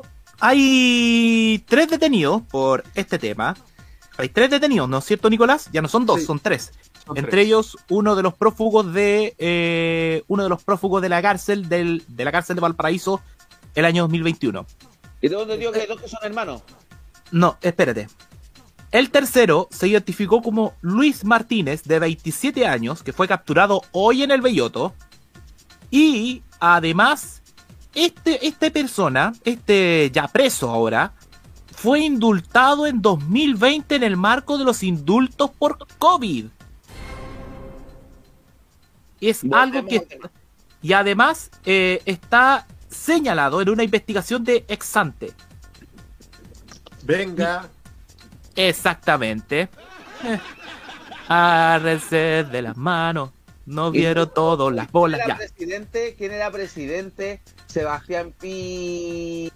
Speaker 2: hay 3 detenidos por este tema. Hay 3 detenidos, ¿no es cierto, Nicolás? Ya no son 2, sí, son 3. Entre ellos, uno de los prófugos de la cárcel de Valparaíso el año 2021.
Speaker 4: ¿Y de dónde digo que hay 2 que son hermanos?
Speaker 2: No, espérate. El tercero se identificó como Luis Martínez, de 27 años, que fue capturado hoy en el Belloto. Y además, esta persona, ya preso ahora, fue indultado en 2020 en el marco de los indultos por COVID. Es algo que... Y además está señalado en una investigación de ex ante.
Speaker 5: Venga.
Speaker 2: Exactamente. Agárrense de las manos. No vieron todas las bolas.
Speaker 4: ¿Quién era presidente? Sebastián
Speaker 2: Pino.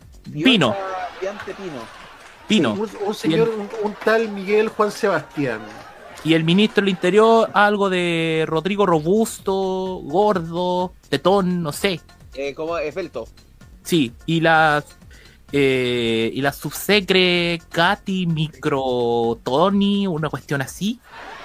Speaker 5: Sí, un señor, un tal Miguel Juan Sebastián.
Speaker 2: Y el ministro del Interior, algo de Rodrigo Robusto, gordo, tetón, no sé.
Speaker 4: Como esbelto.
Speaker 2: Sí, y la subsecre Katy Microtoni, una cuestión así.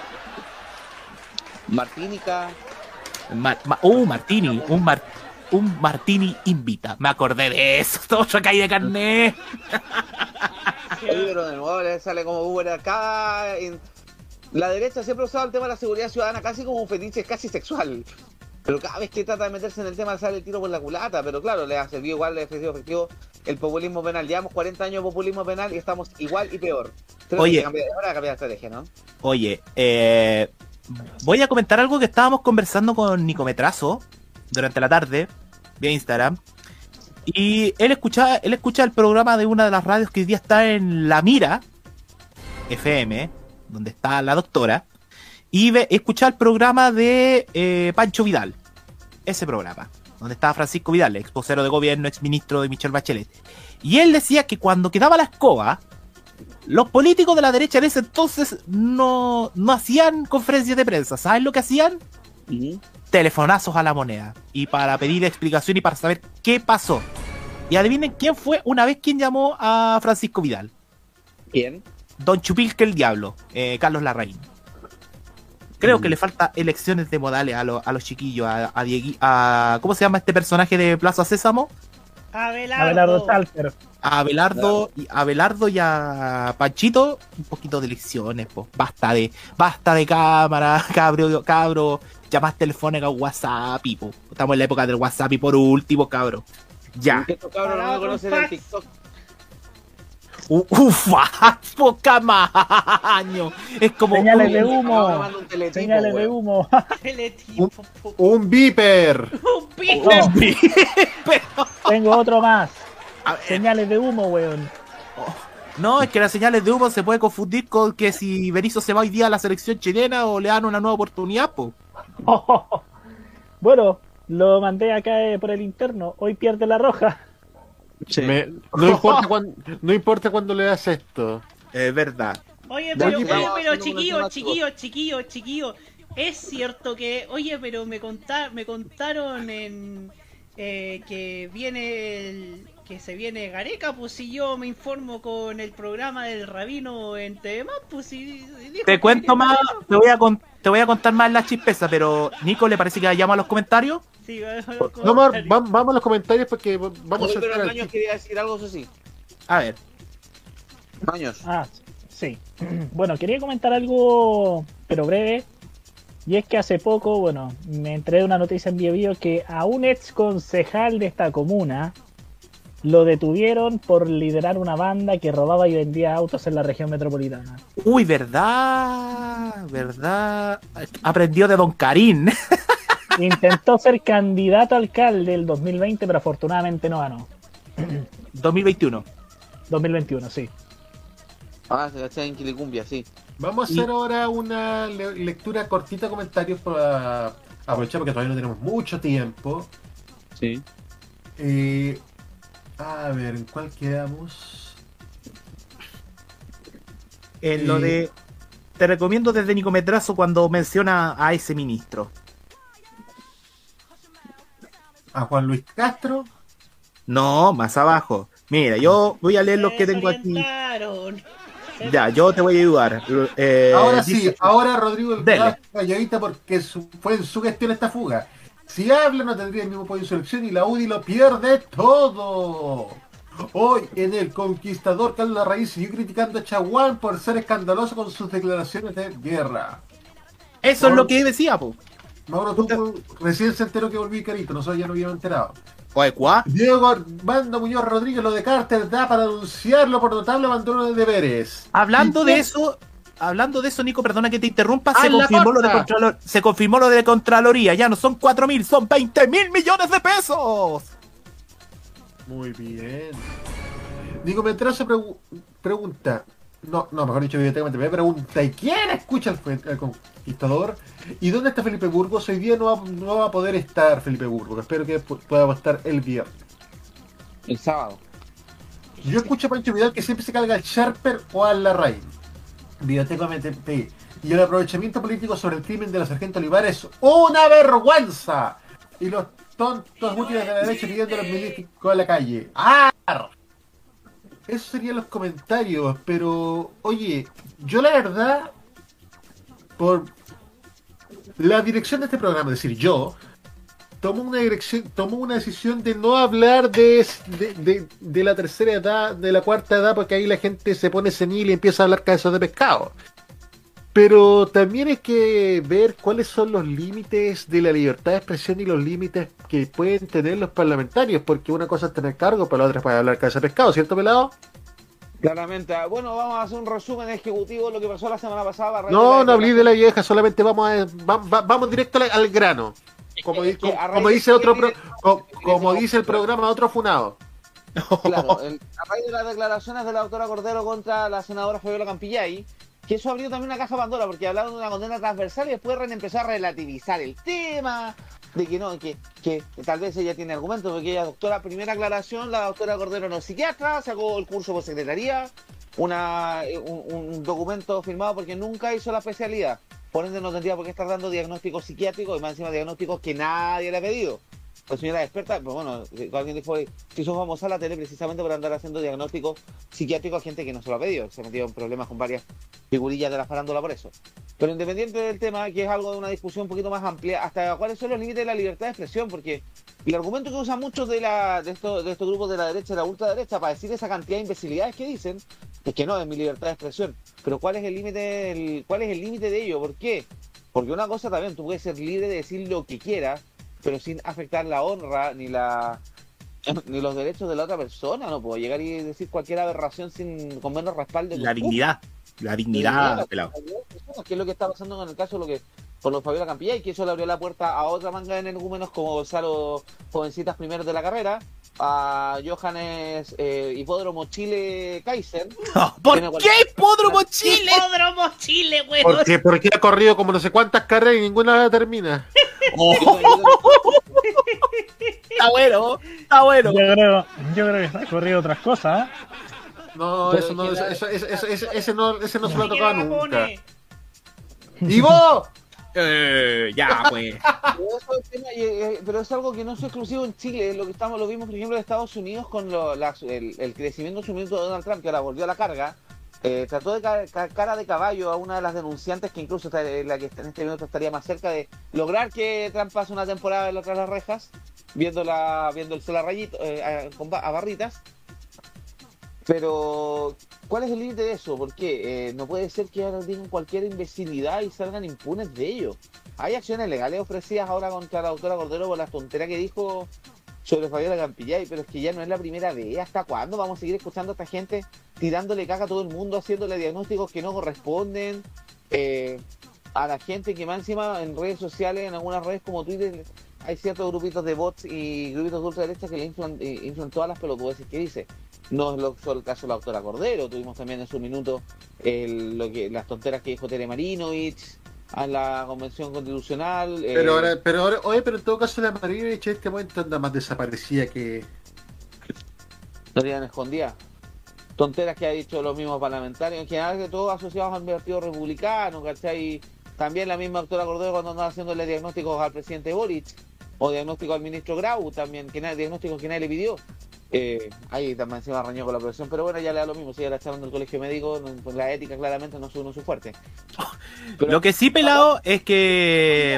Speaker 4: Martínica.
Speaker 2: Martini, un Martini invita. Me acordé de eso, otro caí de carnet.
Speaker 4: Oye, pero de nuevo le sale como Uber acá. La derecha siempre ha usado el tema de la seguridad ciudadana casi como un fetiche casi sexual. Pero cada vez que trata de meterse en el tema sale el tiro por la culata. Pero claro, le ha servido igual, le ha ofrecido efectivo el populismo penal. Llevamos 40 años de populismo penal y estamos igual y peor.
Speaker 2: Oye,
Speaker 4: ahora cambiar de estrategia, ¿no?
Speaker 2: Oye, voy a comentar algo que estábamos conversando con Nicometrazo durante la tarde vía Instagram. Y él escucha el programa de una de las radios que hoy día está en La Mira FM, donde está la doctora, y escucha el programa de Pancho Vidal, ese programa, donde estaba Francisco Vidal, ex vocero de gobierno, ex ministro de Michelle Bachelet. Y él decía que cuando quedaba la escoba, los políticos de la derecha en ese entonces no hacían conferencias de prensa. ¿Saben lo que hacían? Telefonazos a La Moneda. Y para pedir explicación y para saber qué pasó. Y adivinen quién fue una vez quien llamó a Francisco Vidal.
Speaker 4: ¿Quién?
Speaker 2: Don Chupilque el Diablo, Carlos Larraín. Creo que le falta elecciones de modales a los chiquillos, a ¿cómo se llama este personaje de Plaza Sésamo?
Speaker 9: Abelardo Salter.
Speaker 2: A Abelardo y a Panchito, un poquito de elecciones, po. Basta de cámara, cabro, llamadas telefónicas, WhatsApp, po. Estamos en la época del WhatsApp y por último, cabro. Ya.
Speaker 4: Estos cabros no me conocen el TikTok.
Speaker 2: Poca maño. Es como
Speaker 9: señales de humo. Señales de humo.
Speaker 5: Un beeper.
Speaker 3: Un beeper.
Speaker 9: Tengo otro más. Señales de humo, weón.
Speaker 2: No, es que las señales de humo se puede confundir con que si Berizzo se va hoy día a la selección chilena o le dan una nueva oportunidad, po.
Speaker 9: Bueno, lo mandé acá por el interno. Hoy pierde la roja.
Speaker 5: Sí. No importa cuando le das esto.
Speaker 2: Es verdad.
Speaker 3: Oye, pero chiquillos. Es cierto que, pero me contaron que viene que se viene Gareca, pues si yo me informo con el programa del Rabino en TV+, pues si
Speaker 2: te cuento más, te voy a contar más las chispezas, pero Nico, ¿le parece que vayamos a los comentarios?
Speaker 3: Sí,
Speaker 5: vamos a los comentarios porque vamos a
Speaker 4: pero Maños quería decir algo, eso sí.
Speaker 2: A ver.
Speaker 4: Maños.
Speaker 9: Sí. Bueno, quería comentar algo, pero breve. Y es que hace poco, me enteré de una noticia en Biobío que a un ex concejal de esta comuna lo detuvieron por liderar una banda que robaba y vendía autos en la región metropolitana.
Speaker 2: Uy, verdad. Aprendió de Don Karim.
Speaker 9: Intentó ser candidato a alcalde el 2020, pero afortunadamente no ganó.
Speaker 2: 2021,
Speaker 9: sí.
Speaker 4: Se caché en Quilicumbia, sí.
Speaker 5: Vamos a hacer ahora una lectura cortita de comentarios para aprovechar porque todavía no tenemos mucho tiempo.
Speaker 4: Sí.
Speaker 5: A ver, ¿en cuál quedamos?
Speaker 2: En lo de... Te recomiendo desde Nicometrazo cuando menciona a ese ministro.
Speaker 5: ¿A Juan Luis Castro?
Speaker 2: No, más abajo. Mira, yo voy a leer los que tengo aquí. Ya, yo te voy a ayudar.
Speaker 5: Ahora sí, ahora Rodrigo el calladita porque fue en su gestión esta fuga. Si habla no tendría el mismo apoyo en su elección y la UDI lo pierde todo. Hoy en El Conquistador, Carlos Larraín siguió criticando a Chaguán por ser escandaloso con sus declaraciones de guerra.
Speaker 2: Eso es lo que decía, po.
Speaker 5: Mauro, tú recién se enteró que volví carito, nosotros ya no habíamos enterado.
Speaker 2: Oye, ¿cuá?
Speaker 5: Diego Armando Muñoz Rodríguez, lo de Carter da para anunciarlo por notable abandono de deberes.
Speaker 2: Hablando de eso, Nico, perdona que te interrumpa, se confirmó lo de Contraloría, ya no son 4.000, son 20.000 millones de pesos.
Speaker 5: Muy bien. Nico Metrazo pregunta, mejor dicho, evidentemente me pregunta, ¿y quién escucha al Conquistador? ¿Y dónde está Felipe Burgos? Hoy día no va a poder estar Felipe Burgos, espero que pueda estar el viernes.
Speaker 4: El sábado.
Speaker 5: Yo escucho a Pancho Vidal que siempre se carga al Sharper o al Larraín. Videotecamente. Y el aprovechamiento político sobre el crimen de la sargento Olivares es una vergüenza. y los tontos útiles de la derecha pidiendo a los milicos en la calle. ¡Ah! Esos serían los comentarios, pero oye, yo la verdad, por la dirección de este programa, es decir, yo tomo una decisión de no hablar de la tercera edad, de la cuarta edad, porque ahí la gente se pone senil y empieza a hablar cabezas de pescado. Pero también hay que ver cuáles son los límites de la libertad de expresión y los límites que pueden tener los parlamentarios, porque una cosa es tener cargo, pero la otra es para hablar cabeza de pescado, ¿cierto, pelado?
Speaker 4: Claramente. Bueno, vamos a hacer un resumen ejecutivo de lo que pasó la semana pasada.
Speaker 5: No hablé de la vieja, solamente vamos directo al grano. Como dice el programa Otro Funado.
Speaker 4: Claro, a raíz de las declaraciones de la doctora Cordero contra la senadora Fabiola Campillay, que eso abrió también una caja Pandora, porque hablaron de una condena transversal y después empezó a relativizar el tema, de que no, que tal vez ella tiene argumentos, porque ella, doctora, primera aclaración, la doctora Cordero no es psiquiatra, sacó el curso por secretaría, un documento firmado porque nunca hizo la especialidad, por ende no tendría por qué estar dando diagnósticos psiquiátricos y más encima diagnósticos que nadie le ha pedido. Pues señora experta, pues bueno, alguien dijo, se hizo famosa la tele precisamente por andar haciendo diagnósticos psiquiátricos a gente que no se lo ha pedido, se ha metido en problemas con varias figurillas de la farándula por eso. Pero independiente del tema, que es algo de una discusión un poquito más amplia, hasta cuáles son los límites de la libertad de expresión, porque el argumento que usan muchos de estos grupos de la derecha y la ultraderecha para decir esa cantidad de imbecilidades que dicen, es que no, es mi libertad de expresión. Pero ¿cuál es el límite de ello? ¿Por qué? Porque una cosa también, tú puedes ser libre de decir lo que quieras, pero sin afectar la honra ni los derechos de la otra persona. No puedo llegar y decir cualquier aberración con menos respaldo.
Speaker 2: La dignidad, pelado.
Speaker 4: Que es lo que está pasando con el caso con los Fabiola Campillay, que eso le abrió la puerta a otra manga de energúmenos como Gonzalo, jovencitas primeros de la carrera, a Johannes Hipódromo Chile Kaiser.
Speaker 2: ¿Por qué Hipódromo Chile?
Speaker 3: Hipódromo Chile, weón.
Speaker 5: Porque ha corrido como no sé cuántas carreras y ninguna la termina.
Speaker 2: Está bueno.
Speaker 9: Yo creo que ha corrido otras cosas, ¿eh?
Speaker 5: No, ese no se lo ha tocado nunca. ¿Y vos?
Speaker 2: Ya, pues.
Speaker 4: Pero es algo que no es exclusivo en Chile. Lo vimos, por ejemplo, en Estados Unidos con el crecimiento de Donald Trump, que ahora volvió a la carga. Trató de cara de caballo a una de las denunciantes, que incluso la que en este minuto estaría más cerca de lograr que Trump pase una temporada tras las rejas, viendo el sol a rayito, a barritas. Pero, ¿cuál es el límite de eso? ¿Por qué? No puede ser que ahora digan cualquier imbecilidad y salgan impunes de ello. Hay acciones legales ofrecidas ahora contra la doctora Cordero por la tontera que dijo sobre Fabiola Campillay, pero es que ya no es la primera vez. ¿Hasta cuándo vamos a seguir escuchando a esta gente tirándole caca a todo el mundo, haciéndole diagnósticos que no corresponden? A la gente que más encima en redes sociales, en algunas redes como Twitter, hay ciertos grupitos de bots y grupitos de ultraderecha que le inflan todas las pelotudeces que dice. No es solo el caso de la doctora Cordero, tuvimos también en su minuto las tonteras que dijo Tere Marinovich a la Convención Constitucional.
Speaker 5: Pero en todo caso la Marinovich en este momento anda más desaparecida que...
Speaker 4: No tenían escondida. Tonteras que ha dicho los mismos parlamentarios, en general que todos asociados al Partido Republicano, ¿cachai? También la misma doctora Cordero cuando andaba haciéndole diagnósticos al presidente Boric, o diagnósticos al ministro Grau también, diagnósticos que nadie le pidió. Ahí también se va arañado con la profesión, pero bueno, ya le da lo mismo, si ya la echaron del colegio médico, pues la ética claramente no es uno su fuerte.
Speaker 2: Pero, lo que sí, pelado, es que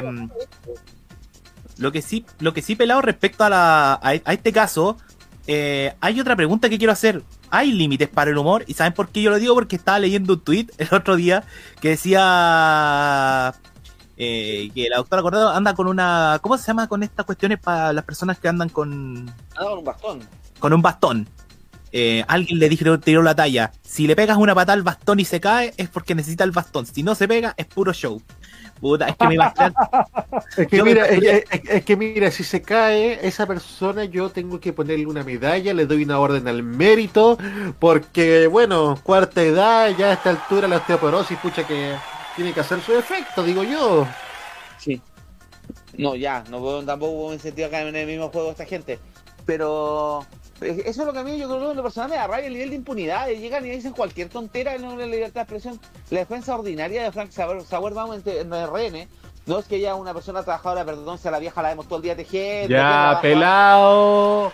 Speaker 2: lo que sí, pelado, respecto a este caso, hay otra pregunta que quiero hacer. ¿Hay límites para el humor? ¿Y saben por qué yo lo digo? Porque estaba leyendo un tweet el otro día que decía que la doctora Cordero anda con una... ¿Cómo se llama con estas cuestiones para las personas que andan con...
Speaker 4: con un bastón.
Speaker 2: Con un bastón. Alguien le tiró la talla. Si le pegas una patada al bastón y se cae, es porque necesita el bastón. Si no se pega, es puro show. Puta, es que me va a
Speaker 5: es que mira, si se cae esa persona, yo tengo que ponerle una medalla, le doy una orden al mérito, porque bueno, cuarta edad, ya a esta altura la osteoporosis, pucha, que tiene que hacer su efecto, digo yo.
Speaker 4: Sí. No, ya, tampoco hubo incentivo acá en el mismo juego esta gente. Pero eso es lo que a mí, yo creo que en lo personal me da rabia, el nivel de impunidad. Llegan y dicen cualquier tontera en la libertad de expresión. La defensa ordinaria de Frank Sauerbaum en RN No es que ella es una persona trabajadora, perdón, si a la vieja la vemos todo el día tejiendo.
Speaker 5: Ya, pelado.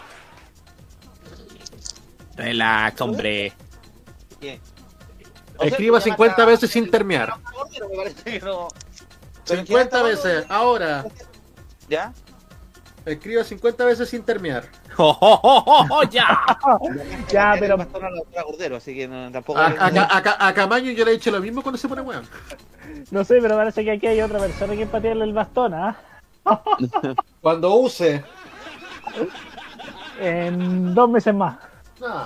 Speaker 2: Relax, hombre.
Speaker 4: ¿Qué?
Speaker 5: Escriba 50 veces sin terminar.
Speaker 4: Me parece que no.
Speaker 5: 50 veces, ahora.
Speaker 4: ¿Ya?
Speaker 5: Escriba 50 veces sin terminar.
Speaker 2: ¡Ya!
Speaker 9: Ya, pero
Speaker 4: Cordero, así que no, tampoco.
Speaker 5: A Camaño yo le he dicho lo mismo cuando se pone weón.
Speaker 9: no sé, pero parece que aquí hay otra persona que patearle el bastón, ¿ah?
Speaker 5: Cuando use.
Speaker 9: En 2 meses más.
Speaker 5: No.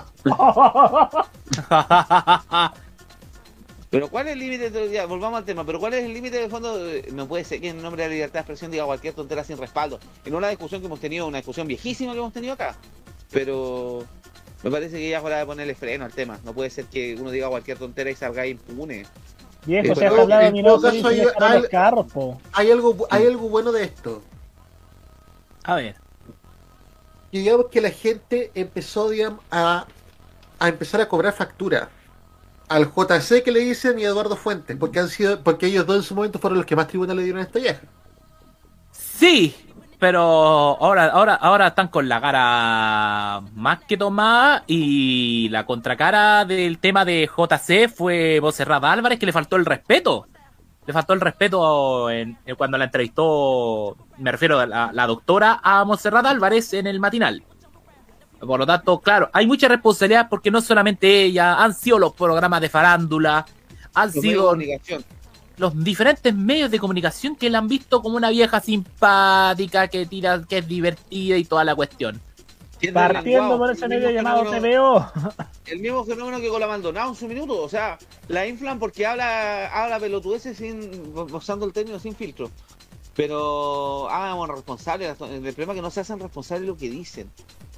Speaker 4: Pero ¿cuál es el límite? Ya, volvamos al tema, pero ¿cuál es el límite de fondo? No puede ser que en nombre de la libertad de expresión diga cualquier tontera sin respaldo. En una discusión que hemos tenido, una discusión viejísima que hemos tenido acá. Pero me parece que ya es hora de ponerle freno al tema. No puede ser que uno diga cualquier tontera y salga impune.
Speaker 9: Viejo, se ha hablado de mi nombre y se dejaron los carros, po.
Speaker 5: Hay algo bueno de esto.
Speaker 2: A ver.
Speaker 5: Y digamos que la gente empezó, digamos, a empezar a cobrar factura al JC que le dicen y a Eduardo Fuentes, porque ellos dos en su momento fueron los que más tribuna le dieron a esta vieja.
Speaker 2: Sí, pero ahora están con la cara más que tomada y la contracara del tema de JC fue Montserrat Álvarez, que le faltó el respeto. Le faltó el respeto cuando la entrevistó, me refiero a la doctora, a Montserrat Álvarez en el matinal. Por lo tanto, claro, hay mucha responsabilidad porque no solamente ella, han sido los programas de farándula, han sido los diferentes medios de comunicación que la han visto como una vieja simpática, que tira, que es divertida y toda la cuestión.
Speaker 9: Partiendo por ese medio llamado TVO.
Speaker 4: El mismo fenómeno que con la Maldonado en su minuto, o sea, la inflan porque habla pelotudeces usando el término sin filtro. Pero hagamos responsables, el problema es que no se hacen responsables de lo que dicen.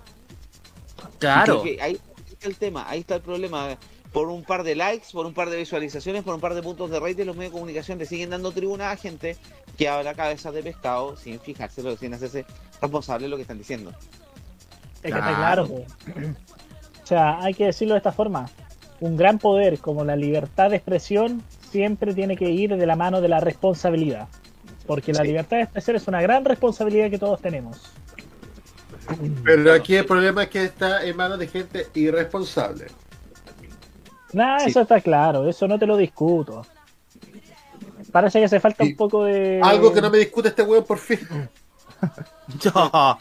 Speaker 2: Claro.
Speaker 4: Ahí está el tema, ahí está el problema. Por un par de likes, por un par de visualizaciones, por un par de puntos de rating, los medios de comunicación le siguen dando tribuna a gente que habla cabezas de pescado sin fijarse, sin hacerse responsable de lo que están diciendo.
Speaker 9: Es que está claro, po. O sea, hay que decirlo de esta forma. Un gran poder como la libertad de expresión siempre tiene que ir de la mano de la responsabilidad. Porque la libertad de expresión es una gran responsabilidad que todos tenemos.
Speaker 5: Pero aquí el problema es que está en manos de gente irresponsable.
Speaker 9: Nada, eso está claro, eso no te lo discuto. Parece que hace falta un poco de...
Speaker 5: Algo que no me discute este weón por fin.
Speaker 2: Ya.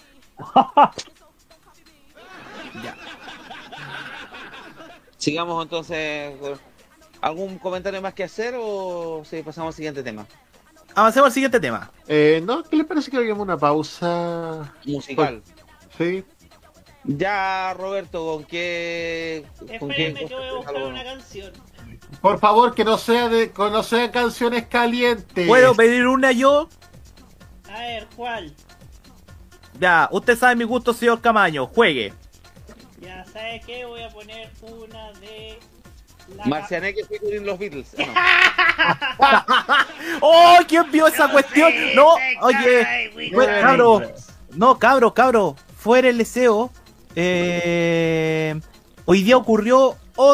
Speaker 4: Sigamos entonces. ¿Algún comentario más que hacer o si pasamos al siguiente tema?
Speaker 2: Avancemos al siguiente tema.
Speaker 5: No, ¿qué le parece que hagamos una pausa
Speaker 4: musical?
Speaker 5: Sí.
Speaker 4: Ya, Roberto, ¿con qué?
Speaker 3: Espérenme, yo voy a buscar una canción.
Speaker 5: Por favor, que no sean canciones calientes.
Speaker 2: ¿Puedo pedir una yo?
Speaker 3: A ver, ¿cuál?
Speaker 2: Ya, usted sabe mi gusto, señor Camaño. Juegue.
Speaker 3: Ya, ¿sabes qué? Voy a poner una de...
Speaker 4: Marcianeque featuring los Beatles.
Speaker 2: ¡Oh! ¿Quién vio esa cuestión? No, oye, cabro. No, cabro. Fuera el deseo. Hoy día ocurrió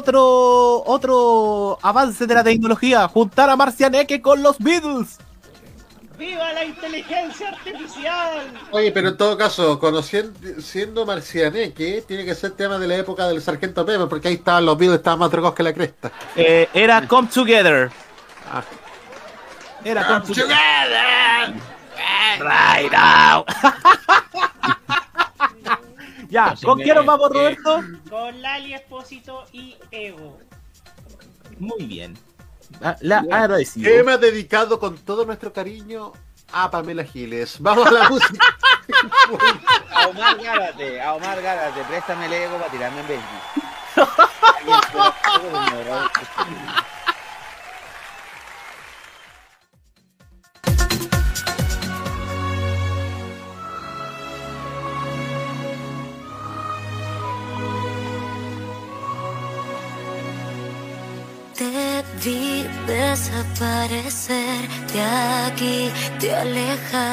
Speaker 2: otro avance de la tecnología. Juntar a Marcianeque con los Beatles.
Speaker 3: ¡Viva la inteligencia artificial!
Speaker 5: Oye, pero en todo caso, siendo Marcianeque, tiene que ser tema de la época del Sargento Pepper, porque ahí estaban los Beatles, estaban más drogos que la cresta.
Speaker 2: Era Come Together. Era Come
Speaker 7: Together.
Speaker 2: Right now. Ya, ¿con quién nos vamos, Roberto?
Speaker 3: Con Lali Espósito y Ego.
Speaker 2: Muy bien. Agradecido.
Speaker 5: Tema dedicado con todo nuestro cariño a Pamela Giles. Vamos a la música.
Speaker 4: A Omar Gárate, préstame el ego para tirarme en Benji.
Speaker 7: Te vi desaparecer de aquí, te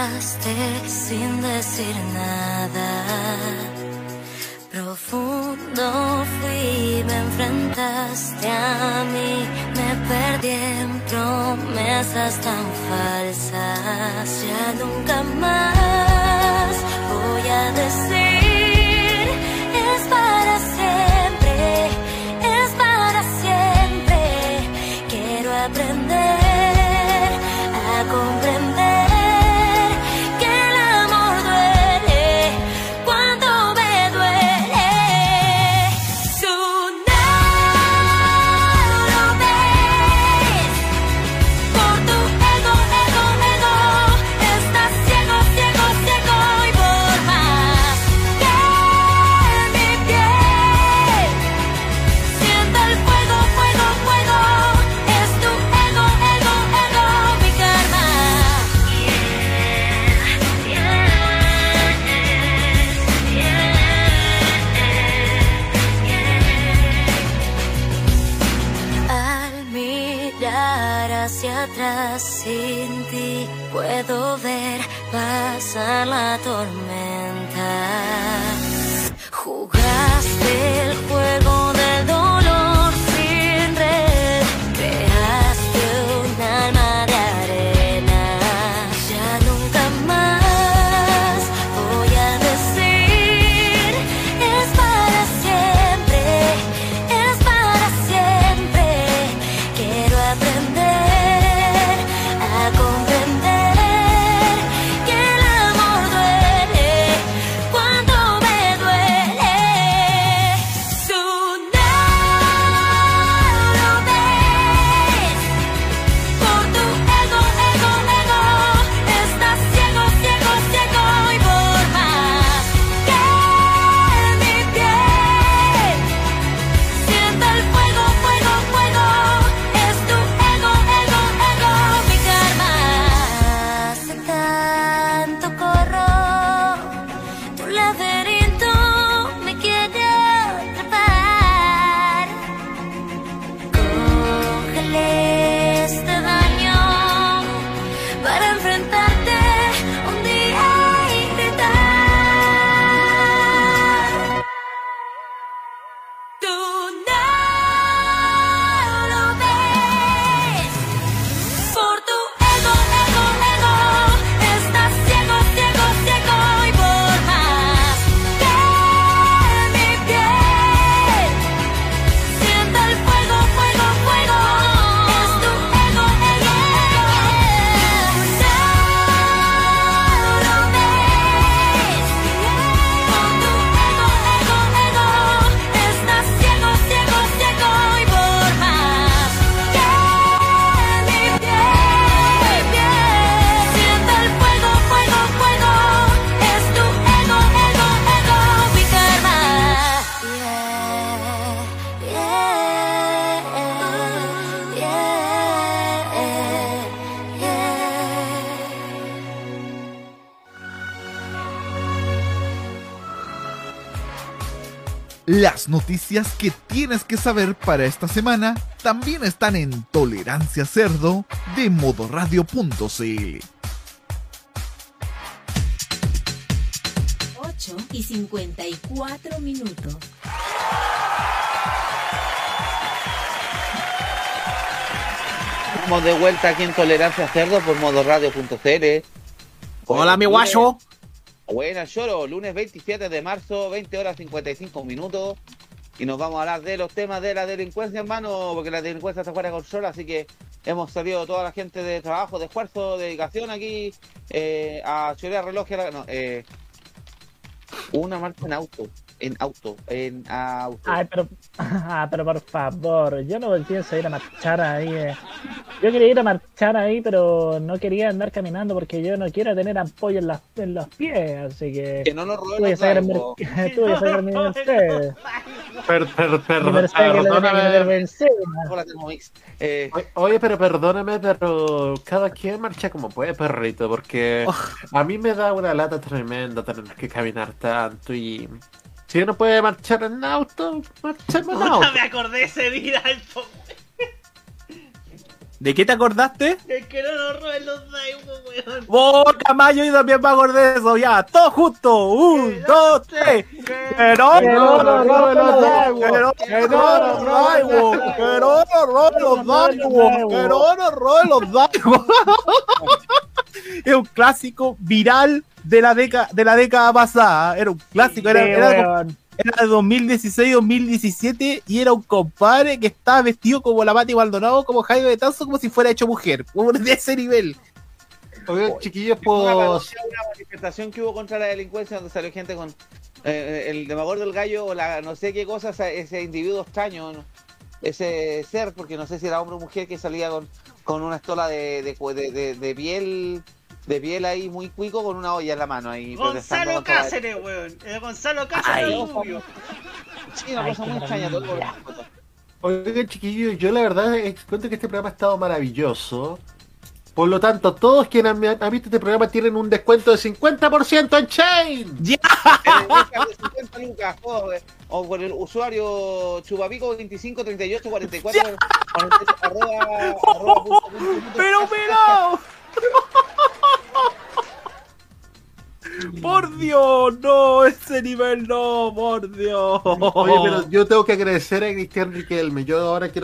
Speaker 7: alejaste sin decir nada. Profundo Cuando fui, me enfrentaste a mí, me perdí en promesas tan falsas. Ya nunca más voy a decir, es para siempre, es para siempre. Quiero aprender a comprender. Hacia atrás sin ti puedo ver pasar la tormenta. Jugaste el juego del dolor sin red, creaste un alma de arena. Ya nunca más voy a decir, es para siempre, es para siempre. Quiero aprender a comprender que el amor duele cuando me duele. Tú no lo ves, por tu ego, ego, ego, estás ciego, ciego, ciego. Y por más que mi piel sienta el fuego, fuego, fuego, es tu ego, ego, ego, mi karma. Hace tanto corro, tu laberinto me quiere atrapar. Congelé este daño para enfrentarte un día y gritar. Tú no lo ves, por tu ego, ego, ego, estás ciego, ciego, ciego. Y por más que mi piel sienta el fuego, fuego, fuego, es tu ego, ego, ego. No lo ves, por tu ego, ego, ego, estás ciego, ciego, ciego. Y por más que mi piel sienta el fuego, fuego, fuego, es tu ego, ego, ego, mi karma.
Speaker 1: Las noticias que tienes que saber para esta semana también están en Tolerancia Cerdo de modoradio.cl.
Speaker 8: 8:54.
Speaker 4: Estamos de vuelta aquí en Tolerancia Cerdo por modoradio.cl.
Speaker 13: Hola, mi guacho.
Speaker 4: Buenas, Choro. Lunes 27 de marzo, 20 horas 55 minutos. Y nos vamos a hablar de los temas de la delincuencia, hermano, porque la delincuencia está fuera de control, así que hemos salido toda la gente de trabajo, de esfuerzo, de dedicación aquí a chorear relojes. Una marcha en auto.
Speaker 9: Ay, pero por favor, yo no pienso ir a marchar ahí. Yo quería ir a marchar ahí, pero no quería andar caminando porque yo no quiero tener ampollas en los pies, así que...
Speaker 4: Que no nos roben
Speaker 9: tuve que
Speaker 4: los
Speaker 9: sacar
Speaker 4: datos.
Speaker 9: tuve que sacar mi Mercedes.
Speaker 5: Oye, pero perdóname, pero cada quien marcha como puede, perrito, porque a mí me da una lata tremenda tener que caminar tanto y... Si uno puede marchar en auto, marchemos en auto.
Speaker 3: Me acordé ese día.
Speaker 13: ¿De qué te acordaste?
Speaker 3: Es que no nos roben los Daigo, weón.
Speaker 13: ¡Oh, Camayo! Yo también me acordé de eso, ya. Todos juntos. 1, 2, 3. ¡Que no nos roben los Daigo! ¡Que no nos Daigo! ¡Que no nos roben los Daigo! ¡Que no nos roben los Daigo! Es un clásico viral de la década pasada. Era un clásico. Era de 2016-2017 y era un compadre que estaba vestido como la Pati Maldonado, como Jaime de Tanzo, como si fuera hecho mujer. De ese nivel.
Speaker 5: Oigan, chiquillos,
Speaker 4: Una manifestación que hubo contra la delincuencia donde salió gente con el demagor del gallo o la no sé qué cosa, ese individuo extraño, ¿no? Ese ser, porque no sé si era hombre o mujer, que salía con una estola de piel ahí muy cuico con una olla en la mano ahí.
Speaker 3: Gonzalo Cáceres, weón. Gonzalo Cáceres rubio.
Speaker 4: Sí, una cosa muy extraña.
Speaker 5: Oigan, chiquillos, yo la verdad encuentro que este programa ha estado maravilloso. Por lo tanto, todos quienes han visto este programa tienen un descuento de 50% en Chain.
Speaker 13: ¡Ya!
Speaker 4: 50 lucas, o por el usuario Chupapico 253844.
Speaker 13: ¡Pero! ¡Por Dios! ¡No! ¡Ese nivel no! ¡Por Dios!
Speaker 5: Oye, pero yo tengo que agradecer a Cristian Riquelme. Yo ahora quiero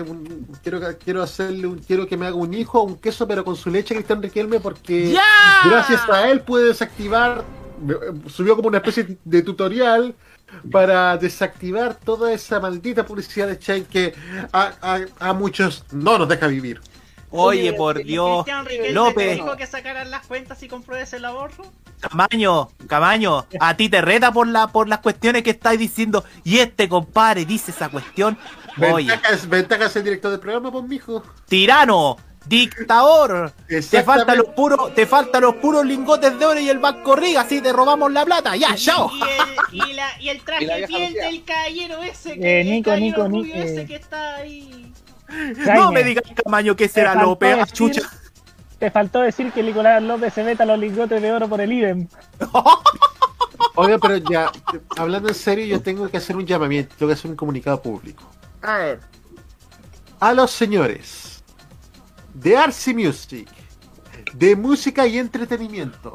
Speaker 5: que me haga un hijo, un queso, pero con su leche, Cristian Riquelme, porque
Speaker 13: ¡ya!
Speaker 5: Gracias a él pude desactivar, subió como una especie de tutorial para desactivar toda esa maldita publicidad de Chain que a muchos no nos deja vivir.
Speaker 13: Oye, por Dios, López.
Speaker 3: ¿Dijo que sacaran las cuentas y compruebes el ahorro?
Speaker 13: Camaño, a ti te reta por las cuestiones que estáis diciendo. Y este compadre dice esa cuestión. Oye,
Speaker 5: ventajas el director del programa, pues, mijo.
Speaker 13: Tirano, dictador. Te faltan los puros lingotes de oro y el banco Riga, así te robamos la plata. Ya, chao.
Speaker 3: Y el traje de piel del caballero ese que ese que está ahí.
Speaker 13: Jaime, no me digas, Camaño, que será López, chucha.
Speaker 9: Te faltó decir que Nicolás López se meta los lingotes de oro por el IBEM.
Speaker 5: Oye, pero ya, hablando en serio, yo tengo que hacer un llamamiento, tengo que hacer un comunicado público.
Speaker 13: A ver.
Speaker 5: A los señores de Arts y Music, de música y entretenimiento,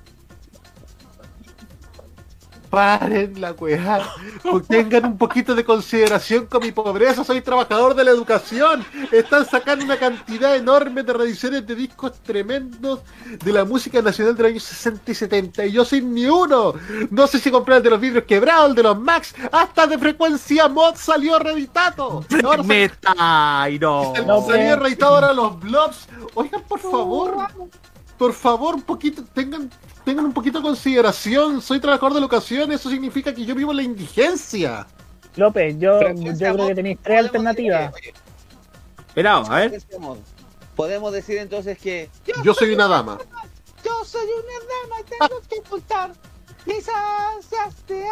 Speaker 5: paren la weá, tengan un poquito de consideración con mi pobreza, soy trabajador de la educación, están sacando una cantidad enorme de reediciones de discos tremendos de la música nacional de los años 60 y 70, y yo sin ni uno, no sé si comprar el de los vidrios quebrados, el de los Max, hasta de Frecuencia Mod salió reeditado,
Speaker 13: no.
Speaker 5: Salió reeditado ahora los Blobs, oigan, por favor, un poquito, tengan un poquito de consideración. Soy trabajador de la educación, eso significa que yo vivo en la indigencia.
Speaker 9: López, yo creo que tenéis tres alternativas.
Speaker 13: Esperamos, a ver.
Speaker 4: Podemos decir entonces que
Speaker 5: yo soy una dama.
Speaker 4: Yo soy una dama y tengo que ocultar mis ansias de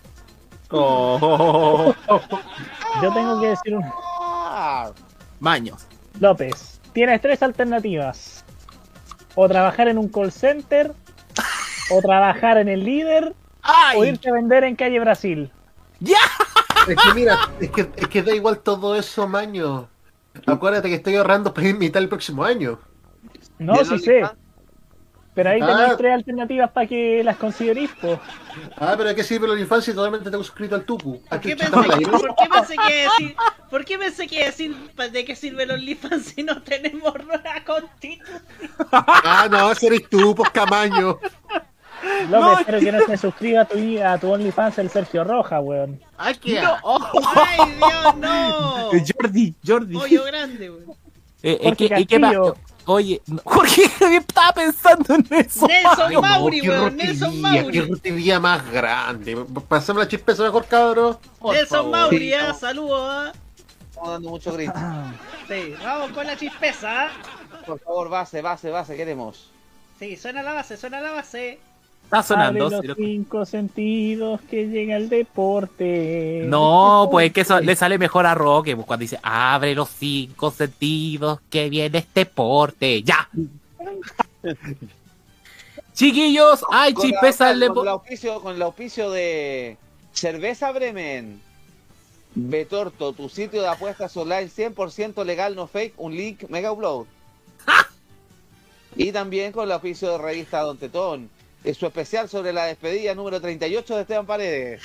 Speaker 9: Yo tengo que decir un...
Speaker 13: Baños.
Speaker 9: López, tienes tres alternativas. O trabajar en un call center, o trabajar en el líder, o irte a vender en calle Brasil.
Speaker 13: ¡Ya!
Speaker 5: Es que mira, es que da igual todo eso, maño. Acuérdate que estoy ahorrando para invitar el próximo año.
Speaker 9: No, sí sé. Pero ahí tenéis tres alternativas para que las consideréis, po.
Speaker 5: Pero ¿de qué sirve la infancia? Totalmente tengo suscrito al Tupu.
Speaker 3: ¿Por qué pensé que decir de qué sirve el OnlyFans si no tenemos la constitución?
Speaker 5: No, ese eres tú, pues, Camaño.
Speaker 9: López, espero que no se suscriba a tu OnlyFans el Sergio Roja, weón.
Speaker 3: ¡Ay, Dios, no!
Speaker 13: Jordi.
Speaker 3: Hoyo grande, weón.
Speaker 13: ¿Qué pasó? Oye, Jorge estaba pensando en eso.
Speaker 3: Nelson Mauri, weón. Nelson Mauri.
Speaker 5: Qué rutería más grande. Pasame la chispeza mejor, cabrón.
Speaker 3: Nelson Mauri, saludos.
Speaker 4: Estamos dando mucho grito.
Speaker 3: Sí, vamos con la chispeza.
Speaker 4: Por favor, base, queremos.
Speaker 3: Sí, suena la base.
Speaker 13: Está sonando.
Speaker 9: Abre los 5 sentidos que llega el deporte.
Speaker 13: No, pues que eso le sale mejor a Roque, pues cuando dice abre los 5 sentidos que viene este deporte. ¡Ya! Chiquillos, ay, chispeza el deporte.
Speaker 4: Con el auspicio de Cerveza Bremen. Betorto, tu sitio de apuestas online 100% legal, no fake, un link mega upload. Y también con el oficio de revista Don Tetón, es su especial sobre la despedida número 38 de Esteban Paredes.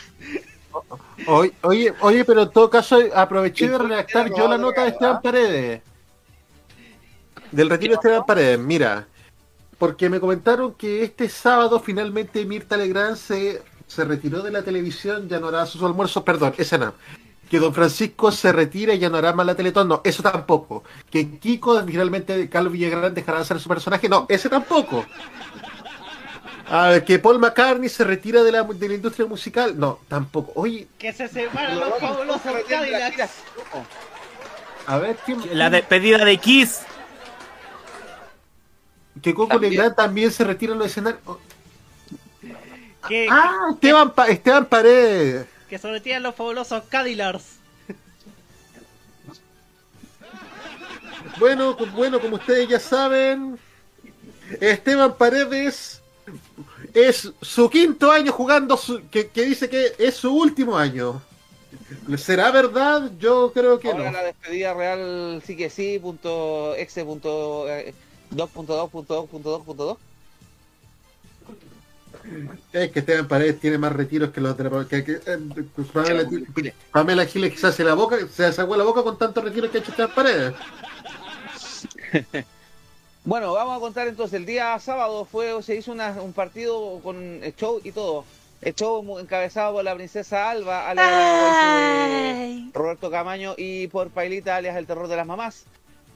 Speaker 5: Oye, pero en todo caso aproveché de redactar yo la nota de Esteban Paredes. Del retiro de Esteban Paredes, mira. Porque me comentaron que este sábado finalmente Mirta Legrand se retiró de la televisión, ya no hará sus almuerzos, perdón, esa no. Que Don Francisco se retira y ya no hará más la Teletón, no, eso tampoco. Que Kiko finalmente, Carlos Villagrán dejará de ser su personaje, no, ese tampoco. Que Paul McCartney se retira de la industria musical, no, tampoco. Oye,
Speaker 3: Que se separan los fabulosos Cadillacs.
Speaker 5: a ver, ¿quién?
Speaker 13: La despedida de Kiss.
Speaker 5: Que Coco Legrand también se retira de los escenarios.
Speaker 3: Que
Speaker 5: Esteban Paredes.
Speaker 3: se retiran los fabulosos Cadillacs.
Speaker 5: Bueno, como ustedes ya saben, Esteban Paredes es su quinto año jugando, que dice que es su último año. ¿Será verdad? Yo creo que
Speaker 4: Ahora
Speaker 5: no.
Speaker 4: la despedida real sí que sí, .exe.2.2.2.2.
Speaker 5: Es que Esteban Paredes tiene más retiros que los de Pamela Giles, que se hace la boca, se sacó la boca con tantos retiros que ha hecho Esteban Paredes.
Speaker 4: Bueno, vamos a contar entonces, el día sábado se hizo un partido con show y todo. El show encabezado por la princesa Alba, alias de Roberto Camaño, y por Pailita, alias el terror de las mamás.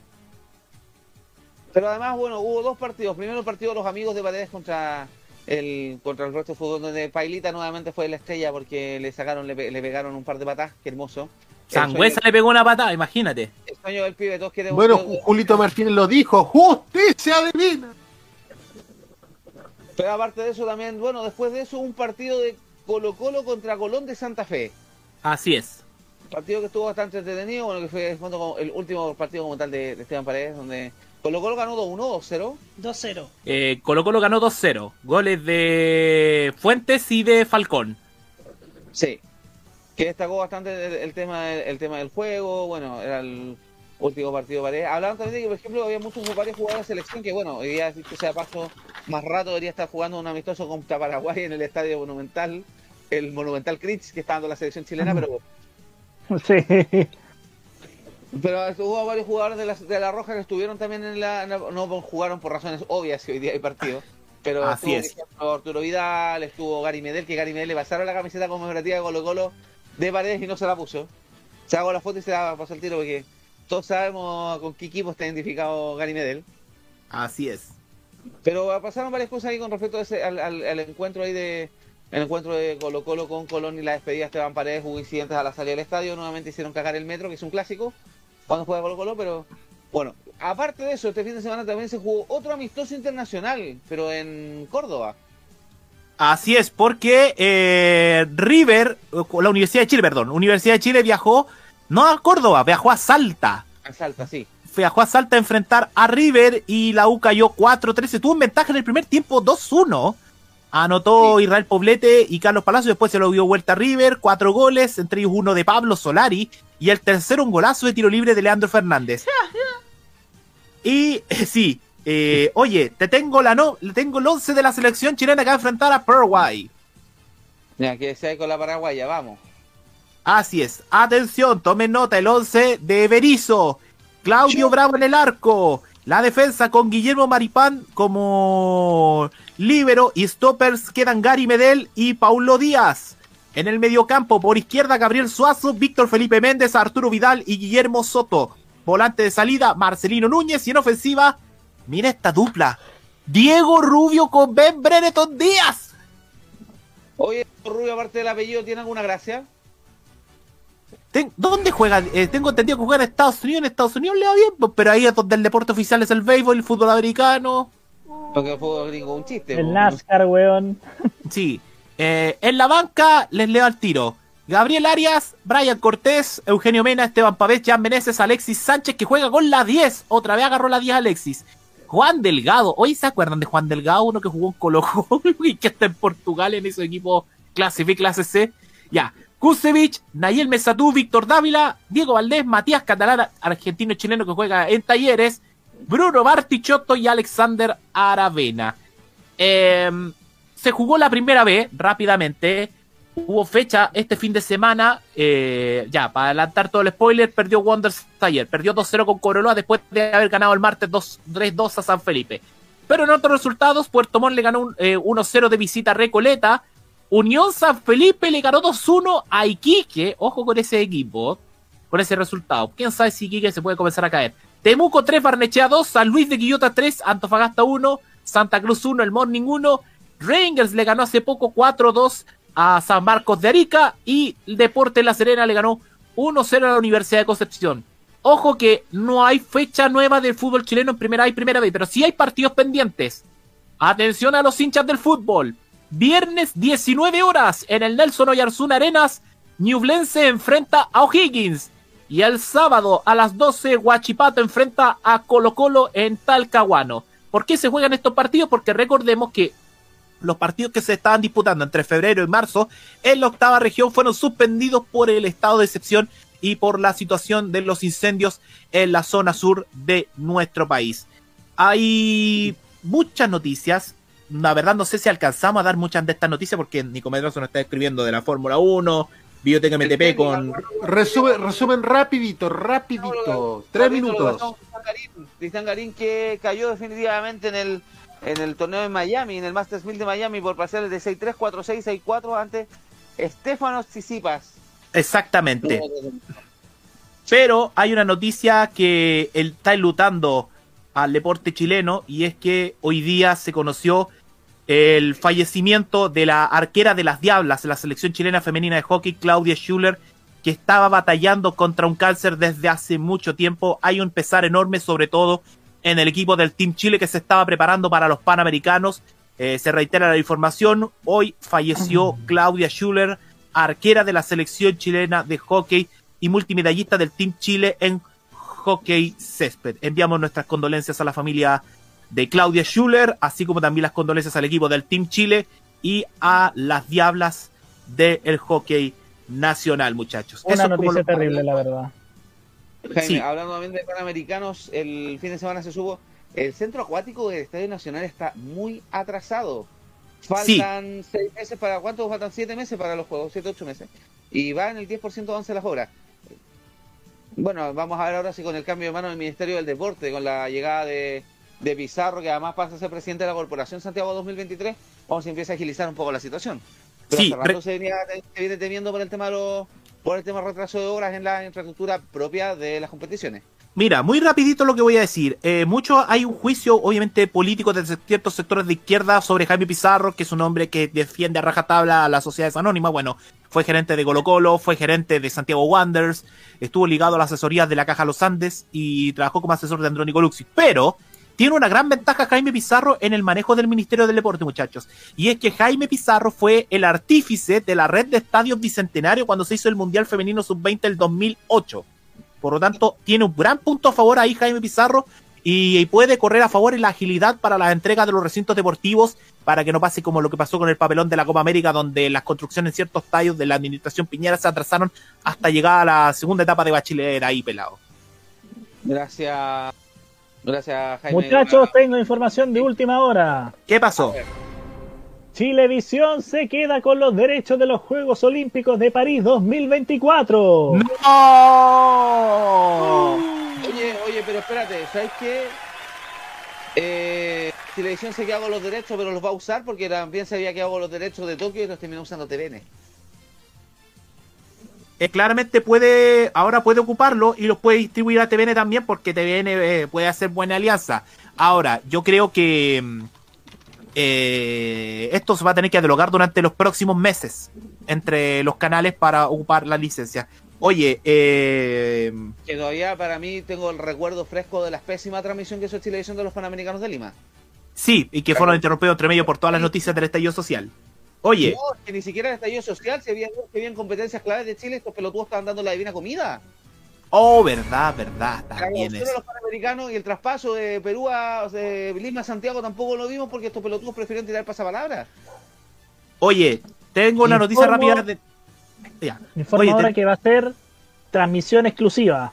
Speaker 4: Pero además, bueno, hubo dos partidos. Primero el partido de los amigos de Paredes contra el resto de fútbol, donde Pailita nuevamente fue la estrella porque le pegaron un par de patas, qué hermoso.
Speaker 13: Sangüesa le pegó una patada, imagínate.
Speaker 4: El sueño del pibe, todos queremos.
Speaker 5: Bueno, Julito Martínez lo dijo, justicia divina.
Speaker 4: Pero aparte de eso también, bueno, después de eso un partido de Colo-Colo contra Colón de Santa Fe.
Speaker 13: Así es.
Speaker 4: Partido que estuvo bastante entretenido, bueno, que fue el último partido como tal de Esteban Paredes, donde Colo-Colo ganó 2-1, 2-0.
Speaker 3: 2-0.
Speaker 13: Colo-Colo ganó 2-0. Goles de Fuentes y de Falcón.
Speaker 4: Sí. Que destacó bastante el tema del juego, bueno, era el último partido de Paredes. Hablaban también de que, por ejemplo, había varios jugadores de selección que, bueno, hoy día, dicho sea paso, más rato debería estar jugando un amistoso contra Paraguay en el estadio Monumental, el Monumental Critch, que está dando la selección chilena, pero...
Speaker 9: Sí.
Speaker 4: Pero hubo varios jugadores de la Roja que estuvieron también no jugaron por razones obvias que hoy día hay partido. Pero
Speaker 13: así
Speaker 4: estuvo, por ejemplo, Arturo Vidal, estuvo Gary Medel, que Gary Medel le pasaron la camiseta conmemorativa de Colo-Colo de Paredes y no se la puso. Se hago la foto y se la pasó el tiro porque todos sabemos con qué equipo está identificado Gary Medel.
Speaker 13: Así es.
Speaker 4: Pero pasaron varias cosas ahí con respecto a al encuentro ahí el encuentro de Colo-Colo con Colón y la despedida de Esteban Paredes. Hubo incidentes a la salida del estadio, nuevamente hicieron cagar el metro, que es un clásico cuando juega Colo-Colo, pero bueno, aparte de eso, este fin de semana también se jugó otro amistoso internacional, pero en Córdoba.
Speaker 13: Así es, porque Universidad de Chile viajó, no a Córdoba, viajó a Salta.
Speaker 4: A Salta, sí.
Speaker 13: Viajó a Salta a enfrentar a River y la U cayó 4-3, estuvo en ventaja en el primer tiempo 2-1. Anotó Israel Poblete y Carlos Palacio, después se lo dio vuelta a River, 4 goles, entre ellos uno de Pablo Solari, y el tercero un golazo de tiro libre de Leandro Fernández. Y sí, oye, tengo el 11 de la selección chilena que va a enfrentar a Paraguay.
Speaker 4: Ya, que se hay con la paraguaya, vamos.
Speaker 13: Así es, atención, tomen nota, el 11 de Berizzo, Claudio Bravo en el arco, la defensa con Guillermo Maripán como líbero y stoppers quedan Gary Medel y Paulo Díaz. En el mediocampo, por izquierda, Gabriel Suazo, Víctor Felipe Méndez, Arturo Vidal y Guillermo Soto. Volante de salida, Marcelino Núñez, y en ofensiva, mira esta dupla, Diego Rubio con Ben Brereton Díaz.
Speaker 4: Oye, Rubio, aparte del apellido, ¿tiene alguna gracia?
Speaker 13: ¿Dónde juega? Tengo entendido que juega en Estados Unidos. En Estados Unidos le va bien, pero ahí es donde el deporte oficial es el béisbol, el fútbol americano.
Speaker 4: Porque el fútbol gringo un chiste.
Speaker 9: El NASCAR, weón.
Speaker 13: Sí. En la banca les leo al tiro: Gabriel Arias, Brian Cortés, Eugenio Mena, Esteban Pavés, Jan Meneses, Alexis Sánchez, que juega con la 10. Otra vez agarró la 10 Alexis. Juan Delgado. Hoy se acuerdan de Juan Delgado, uno que jugó en Colo-Colo y que está en Portugal en ese equipo clase B, clase C. Ya.
Speaker 2: Kusevich, Nayel Mesatú, Víctor Dávila, Diego Valdés, Matías Catalán, argentino-chileno que juega en Talleres, Bruno Bartichotto y Alexander Aravena. Se jugó la primera vez rápidamente. Hubo fecha este fin de semana. Ya, para adelantar todo el spoiler, perdió Wanderers ayer. Perdió 2-0 con Cobreloa después de haber ganado el martes 3-2 a San Felipe. Pero en otros resultados, Puerto Montt le ganó 1-0 de visita a Recoleta. Unión San Felipe le ganó 2-1 a Iquique. Ojo con ese equipo, con ese resultado. Quién sabe si Iquique se puede comenzar a caer. Temuco 3, Barnechea 2, San Luis de Quillota 3, Antofagasta 1, Santa Cruz 1, El Morning 1. Rangers le ganó hace poco 4-2 a San Marcos de Arica. Y Deportes La Serena le ganó 1-0 a la Universidad de Concepción. Ojo que no hay fecha nueva del fútbol chileno en primera A y primera B, pero sí hay partidos pendientes. Atención a los hinchas del fútbol. Viernes 19 horas en el Nelson Oyarzún Arenas, Ñublense enfrenta a O'Higgins. Y el sábado a las 12 Huachipato enfrenta a Colo Colo en Talcahuano. ¿Por qué se juegan estos partidos? Porque recordemos que los partidos que se estaban disputando entre febrero y marzo en la octava región fueron suspendidos por el estado de excepción y por la situación de los incendios en la zona sur de nuestro país. Hay muchas noticias. La verdad no sé si alcanzamos a dar muchas de estas noticias porque Nico Medroso nos está escribiendo de la Fórmula 1, Biblioteca MTP con...
Speaker 5: Resumen rapidito, 3 minutos.
Speaker 4: Cristian Garín que cayó definitivamente en el torneo de Miami, en el Masters 1000 de Miami por parciales de 6-3, 4-6, 6-4 ante Stefanos Tsitsipas.
Speaker 2: Exactamente. Pero hay una noticia que él está enlutando al deporte chileno y es que hoy día se conoció el fallecimiento de la arquera de las Diablas de la selección chilena femenina de hockey, Claudia Schuller, que estaba batallando contra un cáncer desde hace mucho tiempo. Hay un pesar enorme, sobre todo en el equipo del Team Chile que se estaba preparando para los Panamericanos. Se reitera la información, hoy falleció Claudia Schuller, arquera de la selección chilena de hockey y multimedallista del Team Chile en hockey césped. Enviamos nuestras condolencias a la familia de Claudia Schuller, así como también las condolencias al equipo del Team Chile y a las Diablas del hockey nacional, muchachos.
Speaker 9: Una
Speaker 2: Eso
Speaker 9: noticia terrible, la verdad.
Speaker 4: Jaime,
Speaker 2: Sí.
Speaker 4: hablando también de Panamericanos, el fin de semana se subo. El centro acuático del Estadio Nacional está muy atrasado. Faltan 6 meses para... ¿Cuánto? Faltan 7 meses para los Juegos, 7, 8 meses. Y va en el 10% avance de las obras. Bueno, vamos a ver ahora si con el cambio de mano del Ministerio del Deporte, con la llegada de Pizarro, que además pasa a ser presidente de la Corporación Santiago 2023, vamos a empezar a agilizar un poco la situación. Pero
Speaker 2: Sí,
Speaker 4: hace rato se viene temiendo por el tema de retraso de obras en la infraestructura propia de las competiciones.
Speaker 2: Mira, muy rapidito lo que voy a decir. Hay un juicio, obviamente, político de ciertos sectores de izquierda sobre Jaime Pizarro, que es un hombre que defiende a rajatabla a las sociedades anónimas. Bueno, fue gerente de Colo Colo, fue gerente de Santiago Wanderers, estuvo ligado a las asesorías de la Caja Los Andes y trabajó como asesor de Andrónico Luxi. Pero tiene una gran ventaja Jaime Pizarro en el manejo del Ministerio del Deporte, muchachos. Y es que Jaime Pizarro fue el artífice de la red de estadios Bicentenario cuando se hizo el Mundial Femenino Sub-20 del 2008. Por lo tanto, tiene un gran punto a favor ahí Jaime Pizarro y puede correr a favor en la agilidad para la entrega de los recintos deportivos para que no pase como lo que pasó con el papelón de la Copa América, donde las construcciones en ciertos estadios de la administración Piñera se atrasaron hasta llegar a la segunda etapa de Bachelet ahí pelado.
Speaker 4: Gracias, Jaime.
Speaker 9: Muchachos, tengo información de última hora.
Speaker 2: ¿Qué pasó?
Speaker 9: Chilevisión se queda con los derechos de los Juegos Olímpicos de París 2024.
Speaker 2: ¡No!
Speaker 4: Oye, pero espérate, ¿sabes qué? Televisión se queda con los derechos, pero los va a usar porque también se había quedado con los derechos de Tokio y los terminó usando TVN.
Speaker 2: Claramente ahora puede ocuparlo y los puede distribuir a TVN también porque TVN puede hacer buena alianza. Ahora, yo creo que esto se va a tener que dialogar durante los próximos meses entre los canales para ocupar la licencia. Oye,
Speaker 4: que todavía para mí tengo el recuerdo fresco de la pésima transmisión que hizo Chilevisión de los Panamericanos de Lima.
Speaker 2: Sí, y que fueron interrumpidos entre medio por todas las noticias del estallido social. Oye.
Speaker 4: No, que ni siquiera el estallido social se habían competencias claves de Chile, estos pelotudos estaban dando la divina comida.
Speaker 2: Oh, verdad, también
Speaker 4: es. Los Panamericanos y el traspaso de Perú a Lima a Santiago tampoco lo vimos porque estos pelotudos prefieren tirar pasapalabras.
Speaker 2: Oye, tengo una noticia rápida Ya.
Speaker 9: Me informa
Speaker 2: Oye,
Speaker 9: ahora que va a ser transmisión exclusiva.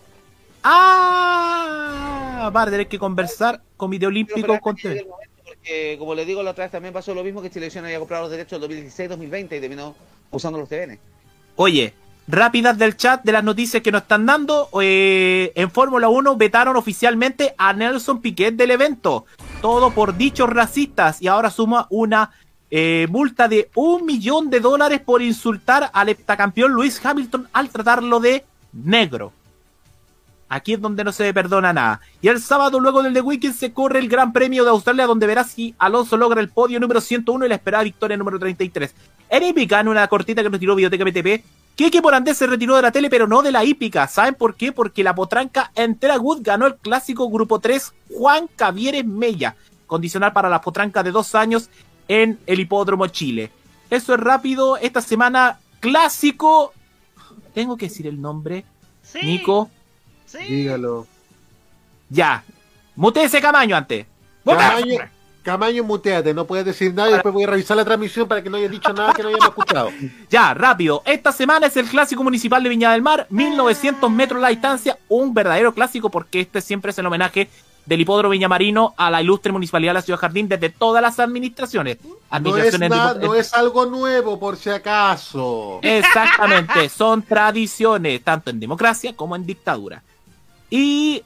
Speaker 2: Va a tener que conversar Comité Olímpico con TV.
Speaker 4: Porque, como les digo, la otra vez también pasó lo mismo, que Chilevisión había comprado los derechos del 2016-2020 y terminó usando los TVN.
Speaker 2: Oye, rápidas del chat de las noticias que nos están dando. En Fórmula 1 vetaron oficialmente a Nelson Piquet del evento. Todo por dichos racistas. Y ahora suma una multa de $1 millón por insultar al heptacampeón Lewis Hamilton al tratarlo de negro. Aquí es donde no se perdona nada. Y el sábado, luego del The Weeknd, se corre el Gran Premio de Australia, donde verás si Alonso logra el podio número 101 y la esperada victoria número 33. En hípica, en una cortita que nos tiró Videoteca MTP, Keke Morandés se retiró de la tele, pero no de la hípica. ¿Saben por qué? Porque la potranca Entera Good ganó el clásico Grupo 3 Juan Cavieres Mella, condicional para la potranca de 2 años en el Hipódromo Chile. Eso es rápido. Esta semana, clásico. Tengo que decir el nombre.
Speaker 3: Sí.
Speaker 2: Nico.
Speaker 3: Sí.
Speaker 5: Dígalo.
Speaker 2: Ya. Muteese Camaño antes.
Speaker 5: Camaño, muteate, no puedes decir nada y después voy a revisar la transmisión para que no hayas dicho nada que no hayamos escuchado.
Speaker 2: Ya, rápido. Esta semana es el Clásico Municipal de Viña del Mar, 1900 metros la distancia, un verdadero clásico porque este siempre es el homenaje del Hipódromo Viñamarino a la ilustre Municipalidad de la Ciudad Jardín desde todas las administraciones.
Speaker 5: No es algo nuevo, por si acaso.
Speaker 2: Exactamente, son tradiciones, tanto en democracia como en dictadura. Y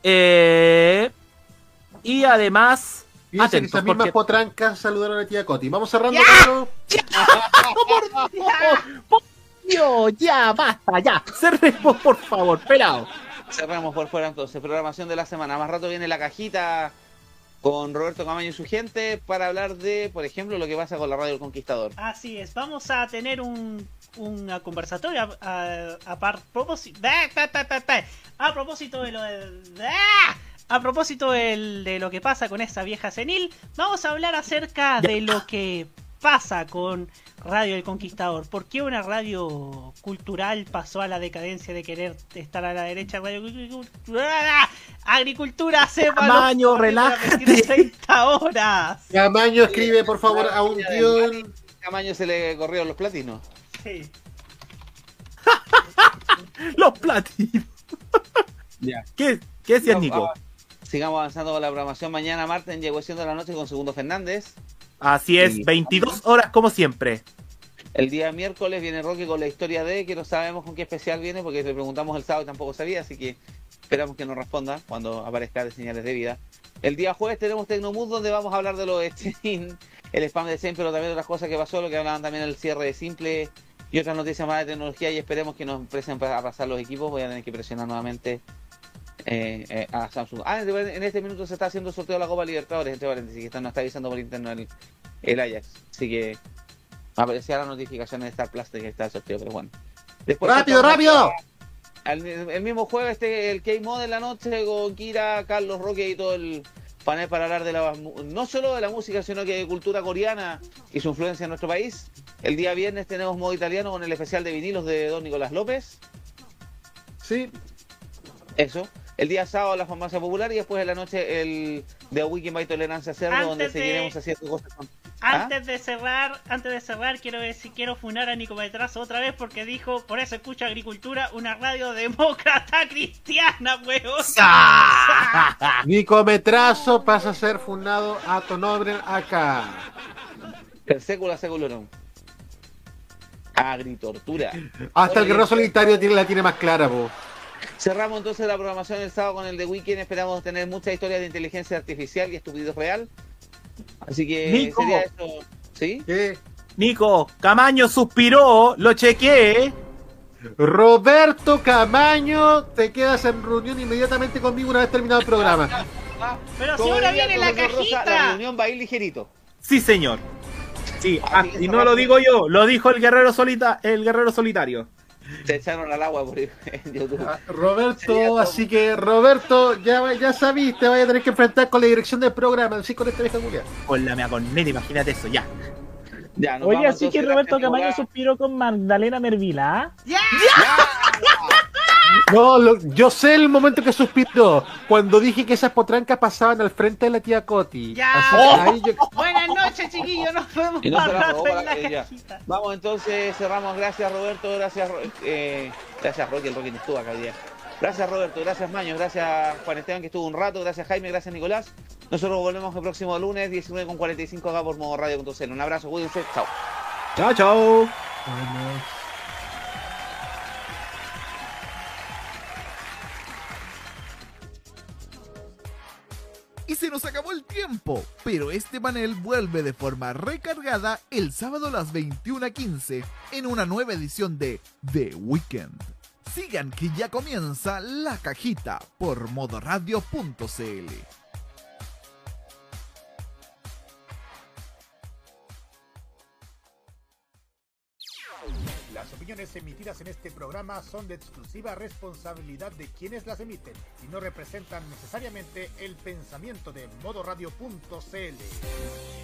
Speaker 2: además...
Speaker 5: Fíjense que esas mismas potrancas saludaron a tía Coti. Vamos cerrando, Pedro.
Speaker 2: ¡Por Dios! ¡Ya, basta, ya! Cerremos, por favor, pelado.
Speaker 4: Cerramos por fuera entonces. Programación de la semana. Más rato viene la cajita con Roberto Camaño y su gente para hablar de, por ejemplo, lo que pasa con la radio El Conquistador.
Speaker 3: Así es. Vamos a tener una conversatoria a propósito de lo A propósito de lo que pasa con esa vieja senil, vamos a hablar acerca de lo que pasa con Radio El Conquistador. ¿Por qué una radio cultural pasó a la decadencia de querer estar a la derecha? Radio Agricultura, sepa.
Speaker 2: Camaño, relájate.
Speaker 3: 30 horas.
Speaker 5: Camaño escribe, por favor, a un guión.
Speaker 4: Camaño se le corrieron los platinos.
Speaker 3: Sí.
Speaker 2: Los platinos.
Speaker 4: Ya.
Speaker 2: ¿Qué decías, Nico?
Speaker 4: Sigamos avanzando con la programación. Mañana martes en Llegó Siendo la Noche con Segundo Fernández.
Speaker 2: Así es, 22 horas como siempre.
Speaker 4: El día miércoles viene Roque con la historia de, que no sabemos con qué especial viene, porque le preguntamos el sábado y tampoco sabía, así que esperamos que nos responda cuando aparezca de señales de vida. El día jueves tenemos Tecnomood, donde vamos a hablar de lo de Steam, el spam de Steam, pero también de otras cosas que pasó, lo que hablaban también el cierre de Simple y otras noticias más de tecnología, y esperemos que nos empiecen a pasar los equipos. Voy a tener que presionar nuevamente a Samsung. En este minuto se está haciendo el sorteo de la Copa Libertadores, entre paréntesis, que nos está avisando por interno el Ajax, así que aparecerá la notificación de Star Plus de que está el sorteo, pero bueno. Después
Speaker 5: ¡Rápido!
Speaker 4: El mismo jueves el K-Mod en la noche con Kira, Carlos Roque y todo el panel para hablar de no solo de la música, sino que de cultura coreana y su influencia en nuestro país. El día viernes tenemos Modo Italiano con el especial de vinilos de Don Nicolás López.
Speaker 5: Sí.
Speaker 4: Eso. El día sábado la farmacia popular y después en la noche el The Weekend by Tolerancia Cerdo, donde seguiremos haciendo cosas con...
Speaker 3: Antes de cerrar, quiero funar a Nico Metrazo otra vez porque dijo, por eso escucha Agricultura, una radio demócrata cristiana, weón.
Speaker 5: Nico Metrazo pasa a ser fundado a tu nombre acá.
Speaker 4: Per secula seculorum. Agritortura.
Speaker 5: Hasta el Guerrero Solitario la tiene más clara, po.
Speaker 4: Cerramos entonces la programación del sábado con el The Weekend. Esperamos tener muchas historias de inteligencia artificial y estupidez real. Así que
Speaker 2: Nico.
Speaker 4: sería eso. ¿Sí?
Speaker 2: Nico, Camaño suspiró, lo chequeé.
Speaker 5: Roberto Camaño, te quedas en reunión inmediatamente conmigo una vez terminado el programa.
Speaker 3: Pero si ahora viene la cajita.
Speaker 4: La reunión va a ir ligerito.
Speaker 2: Sí, señor. Sí, y no lo digo yo, lo dijo el guerrero solitario.
Speaker 4: Se echaron al agua por YouTube.
Speaker 5: Roberto, así que Roberto, ya sabiste, vaya a tener que enfrentar con la dirección del programa, así con esta vieja culia.
Speaker 2: Con la mea corneta, imagínate eso, ya.
Speaker 9: Oye, así que Roberto Camaño suspiró con Magdalena Mervila.
Speaker 3: ¡Ya!
Speaker 5: No, yo sé el momento que suspiró cuando dije que esas potrancas pasaban al frente de la tía Coti.
Speaker 3: Ya.
Speaker 5: Así que ahí yo-
Speaker 3: Buenas noches, chiquillos. Nos vemos
Speaker 4: Y no se
Speaker 3: más
Speaker 4: la
Speaker 3: rato
Speaker 4: robó
Speaker 3: en
Speaker 4: para
Speaker 3: la
Speaker 4: ella.
Speaker 3: cajita.
Speaker 4: Vamos entonces, cerramos. Gracias Roberto, gracias gracias Rocky, el Rocky no estuvo acá hoy día. Gracias Roberto, gracias Maño, gracias Juan Esteban que estuvo un rato, gracias Jaime, gracias Nicolás. Nosotros volvemos el próximo lunes 19:45 acá por modoradio.cl. Un abrazo, cuídense, chao.
Speaker 13: Chao, chao.
Speaker 1: Y se nos acabó el tiempo, pero este panel vuelve de forma recargada el sábado a las 21:15 en una nueva edición de The Weekend. Sigan que ya comienza La Cajita por modoradio.cl.
Speaker 14: Las opiniones emitidas en este programa son de exclusiva responsabilidad de quienes las emiten y no representan necesariamente el pensamiento de modoradio.cl.